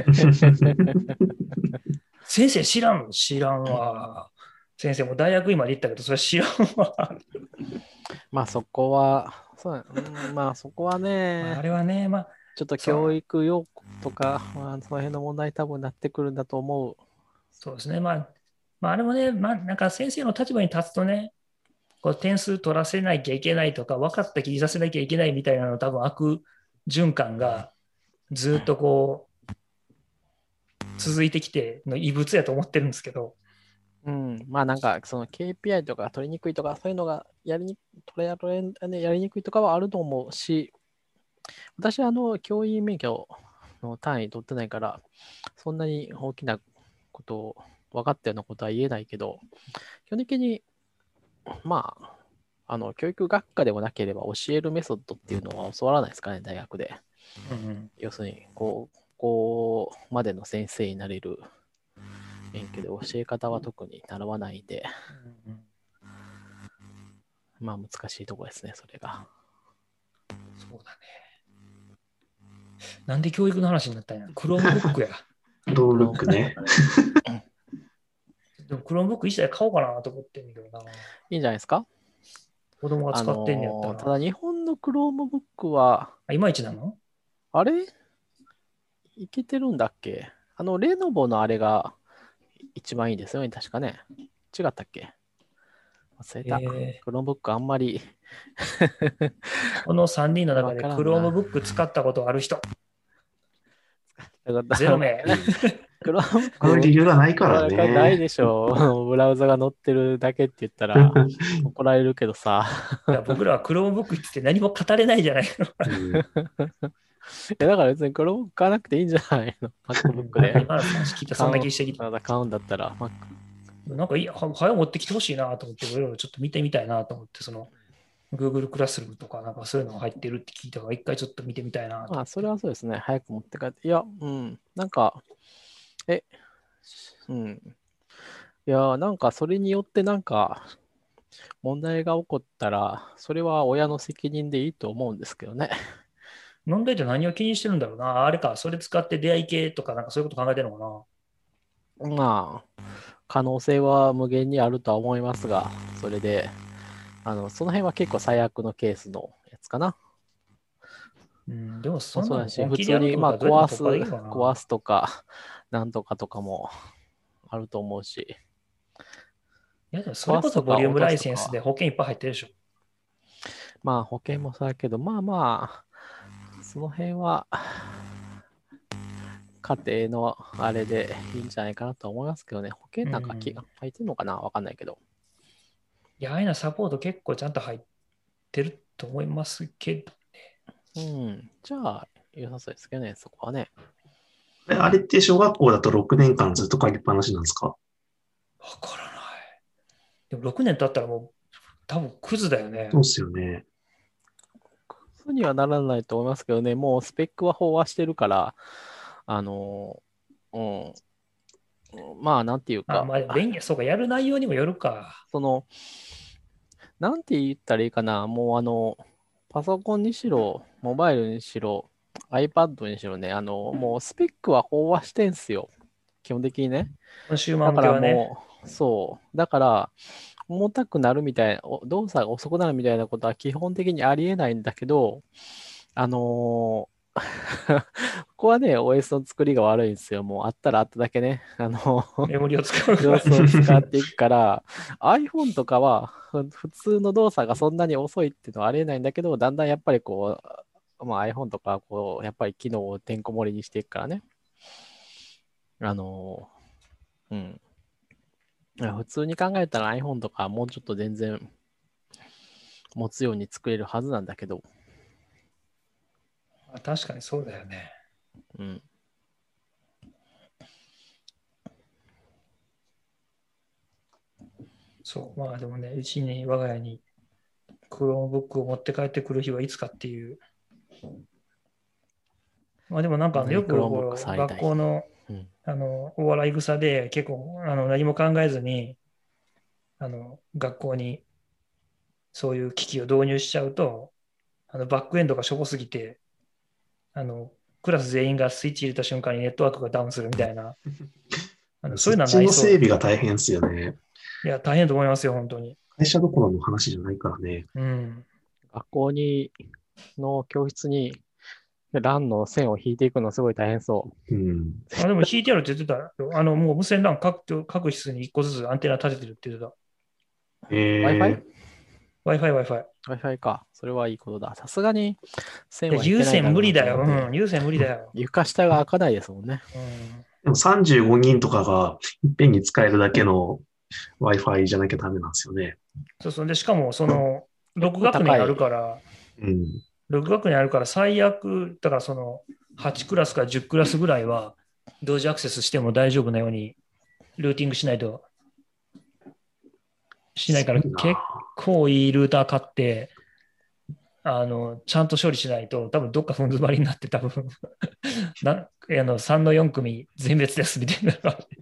先生知らんの知らんわ。先生も大学院まで行ったけど、それ知らんわ。 まあそこは、そう、うん、まあそこはまあ、 ねあ、れはね、まあ、 ちょっとそう教育用語とか、まあ、その辺の問題多分なってくるんだと思う。 そうですね。まあ、まあ、あれもね、まあ、なんか先生の立場に立つとね、こう点数取らせなきゃいけないとか、分かった気にさせなきゃいけないみたいなの、多分悪循環がずっとこう、続いてきての異物やと思ってるんですけど、 うん、まあなんかその ケーピーアイ とか取りにくいとかそういうのがやりに取れ取れ、ね、やりにくいとかはあると思うし、私はあの教員免許の単位取ってないから、そんなに大きなことを分かったようなことは言えないけど、基本的にまあ、あの教育学科でもなければ教えるメソッドっていうのは教わらないですかね、大学で。 うんうん、 要するに高校までの先生になれる勉強で教え方は特に習わないんで、 うんうん、 まあ難しいところですね、それが。 そうだね。なんで教育の話になったんや。クロームブックや。 クロームブックね。 でもクロームブック一台買おうかなと思ってんだけどな。 いいんじゃないですか。 子供があ使ってんねやったら。 のーただ日本のクロームブックは、 あ、いまいちなの？ あれいけてるんだっけ。あの、レノボのあれが一番いいですよね、確かね。違ったっけ。忘れた。 えークロームブックあんまりこのさんにんの中でわからんなクロームブック使ったことある人、ゼロ名。 クロームブッあの理由がないからクないね。 でしょう。ブラウザが載ってるだけって言ったら怒られるけどさ。 いや僕らはクロームブックって言って何も語れないじゃないの。 うんいやだから別にクロームブック買わなくていいんじゃないの ?MacBook で。 今の話聞いたらそんな気してきた。 買うんだったら、Mac なんかいい、は早く持ってきてほしいなと思って、いろいろちょっと見てみたいなと思って、その、Google クラスルームとか、なんかそういうのが入ってるって聞いたから、一回ちょっと見てみたいなとまあ、 思って。 それはそうですね。早く持って帰って。いや、うん。なんか、え、うん。いや、なんかそれによってなんか問題が起こったら、それは親の責任でいいと思うんですけどね。 問題って何を気にしてるんだろうな。あれか、それ使って出会い系とか、なんかそういうこと考えてるのかまあ、可能性は無限にあるとは思いますが、それで、あの、その辺は結構最悪のケースのやつかな。 な。うん、でもそんなもそうだし、 の本気でやろう普通に、まあ、 と思ったらどうやって壊す、 も突破できるかな。 壊すとか、なんとかとかもあると思うし、 いや、でもそれ壊こそボリューすとか落ムライセンスとすとかは、 で保険いっぱい入ってるでしょ。 まあ、保険もそうだけど、まあまあ、その辺は、家庭のあれでいいんじゃないかなと思いますけどね。保険なんかき、 うん入ってんのかなわかんないけど。 いや、ああいうのサポート結構ちゃんと入ってると思いますけど。 うん。じゃあ、良さそうですけどね、そこはね。 えあれって小学校だとろくねんかんずっと借りっぱなしなんですか？ わからない。でもろくねん経ったらもう多分クズだよね。 そうっすよね。 そうにはならないと思いますけどね、もうスペックは飽和してるから、あの、うん。まあ、なんていうあ、 か、 まあ、勉強、そうか、やる内容にもよるか。 その、なんて言ったらいいかな、もうあの、パソコンにしろ、モバイルにしろ、iPad にしろね、あの、もうスペックは飽和してんすよ。基本的にね。 コンシューマーだから向けはね。 もう、そう。だから、重たくなるみたいな、お動作が遅くなるみたいなことは基本的にありえないんだけど、あのーここはね、オーエス の作りが悪いんですよ。もうあったらあっただけね、あの、 メモリを使うから。 様子を使っていくから、iPhone とかはふ普通の動作がそんなに遅いっていうのはありえないんだけど、だんだんやっぱりこう、まあ、iPhone とかはこう、やっぱり機能をてんこ盛りにしていくからね。あの、うん。いや普通に考えたら iPhone とかはもうちょっと全然持つように作れるはずなんだけど、 あ確かにそうだよね。 うん。 そう。まあでもね、うちに我が家に Chromebook を持って帰ってくる日はいつかっていう。まあでもなんかね、 よく Chromebook こう学最大。 校のうん。 あのお笑い草で結構あの何も考えずにあの学校にそういう機器を導入しちゃうとあのバックエンドがしょぼすぎてあのクラス全員がスイッチ入れた瞬間にネットワークがダウンするみたいなあのそういうのはなそっちのいそう。 整備が大変ですよね。 いや、大変だと思いますよ、本当に。 会社どころの話じゃないからね。 うん。 学校に、の教室に ラン の線を引いていくのすごい大変そうん。 あ、でも シーティーアール って言ってたよ。あの、もう無線 ラン 各、各室にいっこずつアンテナ立ててるって言ってう。 えた。Wi-Fi、Wi-Fi。 Wi-Fi?Wi-Fi か。それはいいことだ。さすがに線は引有線けないだろうな無理だよ。 と思って。 うん、有線無理だよ。 床下が開かないですもんね。 うん。 でもさんじゅうごにんとかがいっぺんに使えるだけの Wi-Fi じゃなきゃダメなんですよね。 そうそう。で、しかも、その、 結ろく構高い。 学年あるから、 うん。 ろく学年あるから最悪、だからその、はちクラスかじゅうクラスぐらいは、同時アクセスしても大丈夫なように、ルーティングしないと、しないから、 すごいな。 結構いいルーター買って、あの、ちゃんと処理しないと、多分どっかふん詰まりになって、多分なあのさんのよん組全滅ですみたいな。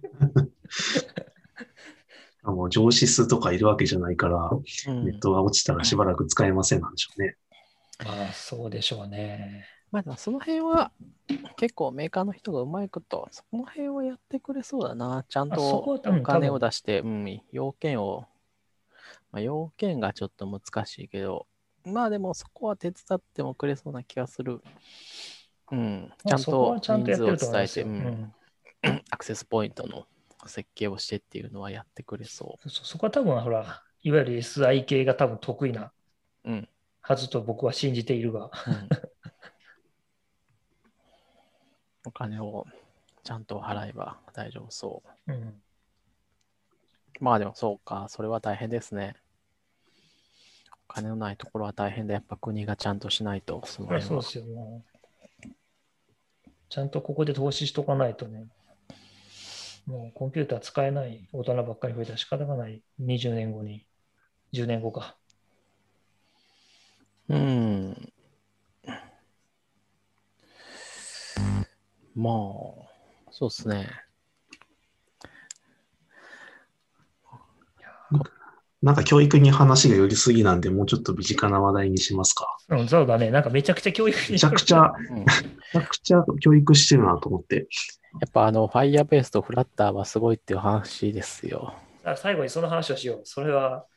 あの上司数とかいるわけじゃないから、 うん。 ネットが落ちたらしばらく使えませんなんでしょうね。 まあ、そうでしょうね。 まあでもその辺は結構メーカーの人がうまいこと、その辺はやってくれそうだな。ちゃんあそこは多とお金を分多分、 出して、うん、要件を、まあ、要件がちょっと難しいけど、まあでもそこは手伝ってもくれそうな気がする。うん。ちまあ、 ゃんそこはと人数をちゃんとやってると思い伝えて、うますよ。うん、 ん。 アクセスポイントの設計をしてっていうのはやってくれそそそこは多分、ほら、いわゆる エスアイ 系が多分得意なう。うん。 はずと僕は信じているが。 うん。お金をちゃんと払えば大丈夫そう。 うん。 まあでもそうか、それは大変ですね。お金のないところは大変で、やっぱ国がちゃんとしないと、そのそりゃ辺は。 そうですよ、もう。ちゃんとここで投資しとかないとね。 もうコンピューター使えない大人ばっかり増えたら仕方がない。にじゅうねんごに、じゅうねんごか。 うん。まあ、そうですね。 なんか教育に話が寄りすぎなんで、もうちょっと身近な話題にしますか。 うん、そうだね。なんかめちゃくちゃ教育にめちゃくちゃ、 うん、 めちゃくちゃ教育してるなと思って。 やっぱあの、Firebase と Flutter はすごいっていう話ですよ。 あ最後にその話をしよう。それは、